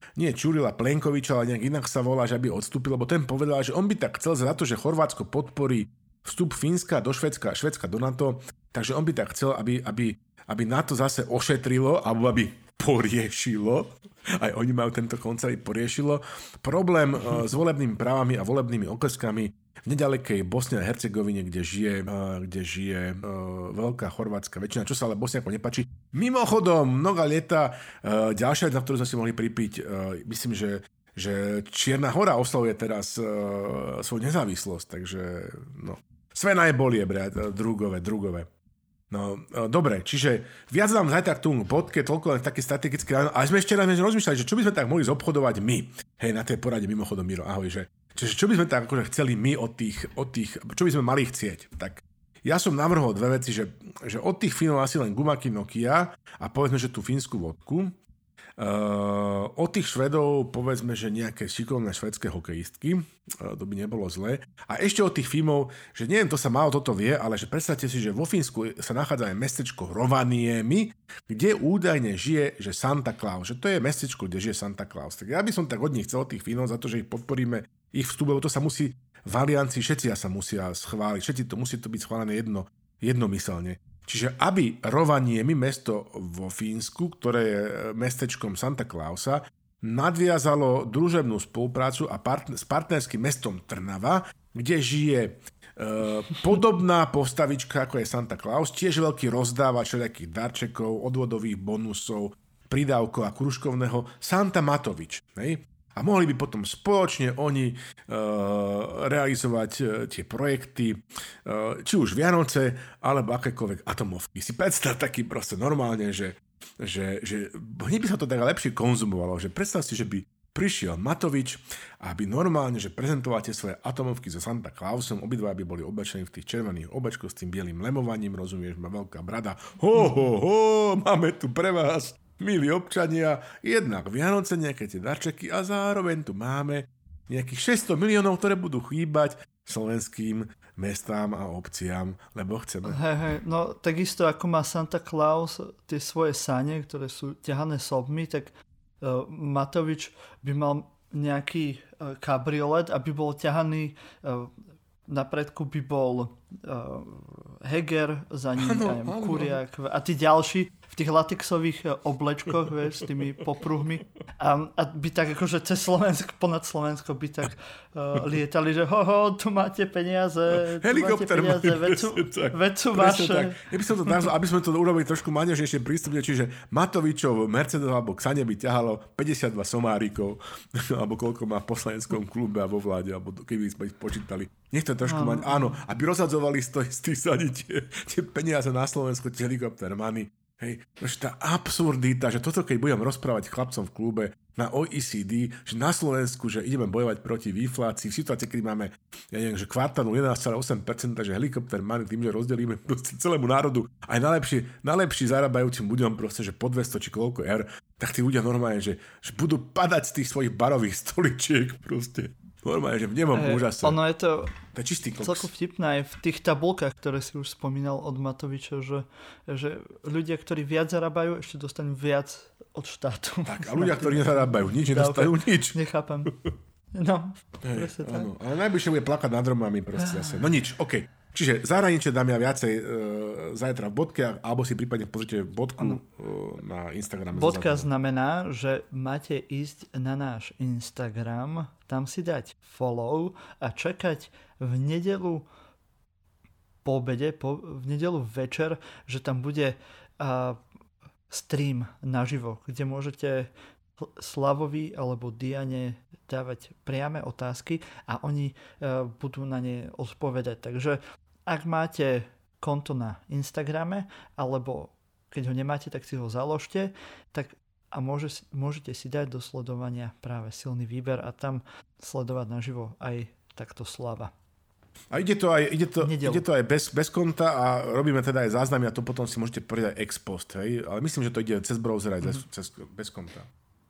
nie Čurila Plenkoviča, ale nejak inak sa volá, že aby odstúpil, lebo ten povedal, že on by tak chcel za to, že Chorvátsko podporí vstup Fínska do Švédska a Švédska do NATO, takže on by tak chcel, aby NATO zase ošetrilo, alebo aby poriešilo, aj oni majú tento koncept, poriešilo problém s volebnými právami a volebnými okrskami v nedalekej Bosne a Hercegovine, kde žije veľká chorvátska väčšina, čo sa ale Bosniakom nepáči. Mimochodom, mnoha leta, ďalšia vec, na ktorú sme si mohli pripiť, myslím, že Čierna Hora oslavuje teraz svoju nezávislosť, takže no. Sve najbolie, drugové. No, dobre, čiže viac nám zajtra k tomu bodke, toľko len také strategické, ale sme ešte raz rozmýšľali, že čo by sme tak mohli zobchodovať my. Hej, na tej porade mimochodom, Miro, ahoj, že. Čiže čo by sme tak akože chceli my od tých, čo by sme mali chcieť. Tak ja som navrhol dve veci, že od tých Fínov asi len gumaky Nokia a povedzme, že tú fínsku vodku. Od tých Švedov povedzme, že nejaké šikovné švedské hokejistky, to by nebolo zlé. A ešte od tých Fínov, že neviem, to sa málo toto vie, ale že predstavte si, že vo Fínsku sa nachádza aj mestečko Rovaniemi, kde údajne žije, že Santa Claus, že to je mestečko, kde žije Santa Claus. Tak ja by som tak od nich chcel, od tých Fínov, za to, že ich podporíme, ich vstup, lebo to sa musí v aliancii, všetci sa musia schváliť, musí to byť schválené jednomyselne. Čiže aby Rovaniemi, mesto vo Fínsku, ktoré je mestečkom Santa Clausa, nadviazalo družebnú spoluprácu a s partnerským mestom Trnava, kde žije podobná postavička, ako je Santa Claus, tiež veľký rozdávač všelijakých darčekov, odvodových bonusov, pridávkov a kružkovného Santa Matovič. Hej? A mohli by potom spoločne oni realizovať tie projekty, či už Vianoce, alebo akékoľvek atomovky. Si predstav taký proste normálne, že hneď by sa to tak lepšie konzumovalo, že predstav si, že by prišiel Matovič a by normálne, že prezentoval tie svoje atomovky so Santa Clausom, obidva by boli oblečení v tých červených oblečkoch s tým bielým lemovaním, rozumieš, má veľká brada. Máme tu pre vás, milí občania, jednak Vianoce, nejaké tie darčeky a zároveň tu máme nejakých 600 miliónov, ktoré budú chýbať slovenským mestám a obciam, lebo chceme. Hej, no takisto ako má Santa Claus tie svoje sane, ktoré sú ťahané sobmi, tak Matovič by mal nejaký kabriolet, aby bol ťahaný, na predku by bol Heger, za ním Kuriak a tí ďalší v tých latexových oblečkoch, vieš, s tými popruhmi. A by tak akože cez Slovensko, ponad Slovensko by tak lietali, že tu máte peniaze, helikopter, veď sú vaše. Ja by som to nazval, aby sme to urobili trošku maňažnejšie prístupne, čiže Matovičov Mercedes alebo Xane by ťahalo 52 somárikov, alebo koľko má v poslaneckom klube a vo vláde, alebo keby sme ich počítali. Nech to trošku mať, áno, aby rozhadzovali z tých sadí tie peniaze na Slovensku, tie helikopter money. Hej, tá absurdita, že toto keď budem rozprávať chlapcom v klube na OECD, že na Slovensku, že ideme bojovať proti inflácii, v situácii, kedy máme, ja neviem, že kvartálu 11,8%, že helikopter money tým, že rozdelíme proste celému národu, aj najlepší zarábajúcim ľuďom proste, že po 200 či koľko eur, tak tí ľudia normálne, že budú padať z tých svojich barových stoličiek proste. Normálne, že v nemom úžase. Ono je to čistý koks. Celkom vtipné aj v tých tabulkách, ktoré si už spomínal od Matoviča, že ľudia, ktorí viac zarábajú, ešte dostanú viac od štátu. Tak, a ľudia, ktorí nezarábajú nič, nedostanú nič. Nechápam. No, presne tak. Ale najbližšie bude plakať nad Romami proste zase. No nič, okej. Čiže zahraničie dáme viacej zajtra v bodke, alebo si prípadne pozrite bodku na Instagrame. Bodka znamená, že máte ísť na náš Instagram, tam si dať follow a čakať v nedeľu po obede, v nedeľu večer, že tam bude stream naživo, kde môžete Slavovi alebo Diane dávať priame otázky a oni budú na ne odpovedať. Takže ak máte konto na Instagrame, alebo keď ho nemáte, tak si ho založte, tak a môžete si dať do sledovania práve silný výber a tam sledovať naživo aj takto Slava. A ide to aj bez konta a robíme teda aj záznamy a to potom si môžete povedať aj ex post, hej? Ale myslím, že to ide cez browser aj bez konta.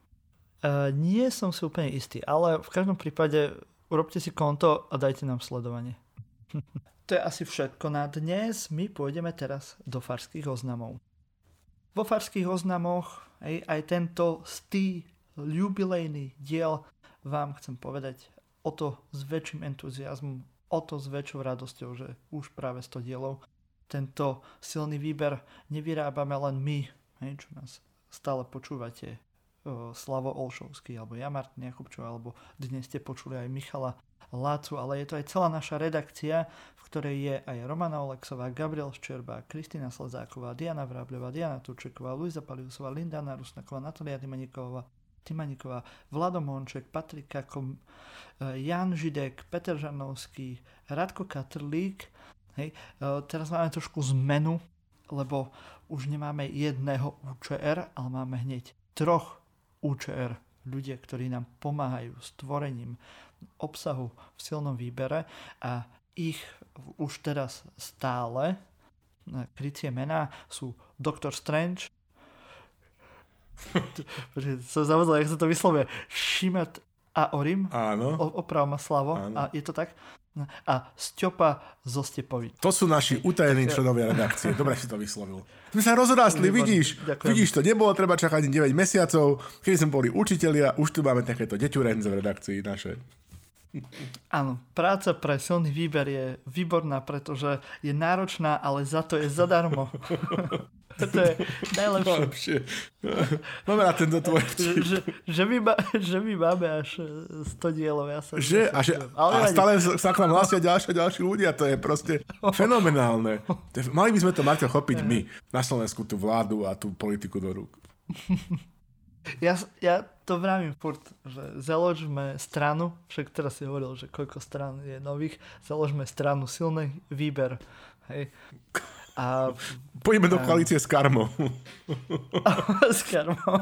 Nie som si úplne istý, ale v každom prípade urobte si konto a dajte nám sledovanie. To je asi všetko na dnes. My pôjdeme teraz do farských oznamov. Vo farských oznamoch aj tento jubilejný diel vám chcem povedať o to s väčším entuziasmom, o to s väčšou radosťou, že už práve 100 dielov tento silný výber nevyrábame len my, čo nás stále počúvate, Slavo Olšovský, alebo ja, Martin Jakubčov, alebo dnes ste počuli aj Michala Lácu, ale je to aj celá naša redakcia, v ktorej je aj Romana Oleksová, Gabriel Ščerba, Kristína Slezáková, Diana Vrábľová, Diana Turčeková, Luisa Paliusová, Lindana Rusnaková, Natália Timaníková, Vlado Monček, Patrik Kakom, Jan Židek, Peter Žarnovský, Radko Katrlík. Hej. Teraz máme trošku zmenu, lebo už nemáme jedného UČR, ale máme hneď 3 UČR, ľudia, ktorí nám pomáhajú s tvorením obsahu v silnom výbere a ich už teraz stále krycie mená sú Dr. Strange, som zavozal, jak sa to vyslovuje, Šimet a Orim. Áno. Oprav ma Slavo. Áno. A je to tak? A Stёpa zo Stepovi. To sú naši utajení členovia redakcie. Dobre si to vyslovil. Sme sa rozrastli, vidíš. Ďakujem. Vidíš, to nebolo treba čakať 9 mesiacov. Keď sme boli učitelia, už tu máme takéto deťurenze v redakcii naše. Áno, práca pre silný výber je výborná, pretože je náročná, ale za to je zadarmo. To je najlepšie. Máme na tento tvoj vtip. Že my máme až 100 dielov. Ja a stále sa k nám hlásia ďalší ľudia. To je proste fenomenálne. Mali by sme to, Marťo, chopiť my na Slovensku, tú vládu a tú politiku do rúk. Ja to vravím furt, že založme stranu, však teraz si hovoril, že koľko strán je nových, založme stranu silný výber. Hej. A poďme do koalície s Karmou. S Karmou.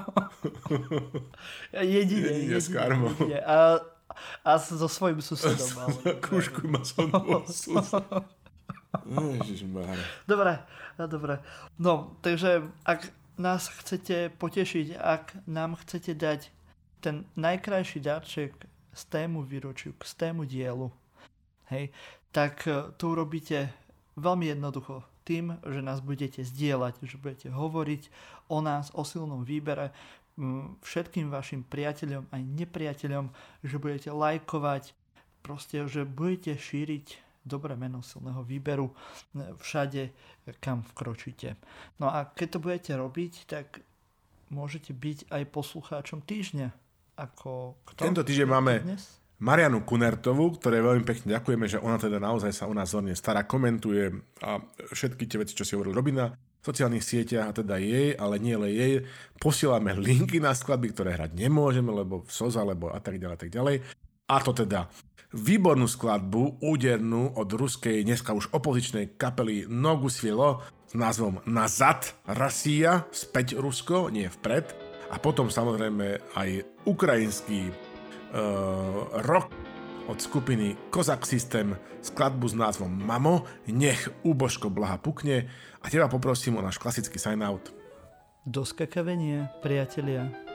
Jedine s Karmou. A so svojím susedom. Kúšku ma som sused. Ježišmára. Dobre. No, takže ak nás chcete potešiť, ak nám chcete dať ten najkrajší darček z tému výročiu, z tému dielu, hej, tak to urobíte veľmi jednoducho tým, že nás budete zdieľať, že budete hovoriť o nás, o silnom výbere všetkým vašim priateľom aj nepriateľom, že budete lajkovať, proste, že budete šíriť dobré meno silného výberu všade, kam vkročíte. No a keď to budete robiť, tak môžete byť aj poslucháčom týždňa. Tento týždeň máme dnes? Marianu Kunertovú, ktoré veľmi pekne ďakujeme, že ona teda naozaj sa o nás zorne stará, komentuje a všetky tie veci, čo si hovoril, robí na sociálnych sieťach a teda jej, ale nie len jej, posielame linky na skladby, ktoré hrať nemôžeme, lebo SOS, alebo a tak ďalej. A to teda výbornú skladbu, údernú od ruskej, dneska už opozičnej kapely Nogu Svilo s názvom Nazad, Rasia, späť Rusko, nie vpred. A potom samozrejme aj ukrajinský rock od skupiny Kozak System, skladbu s názvom Mamo, nech úbožko blaha pukne a teba poprosím o náš klasický sign out. Do skakavenia, priatelia.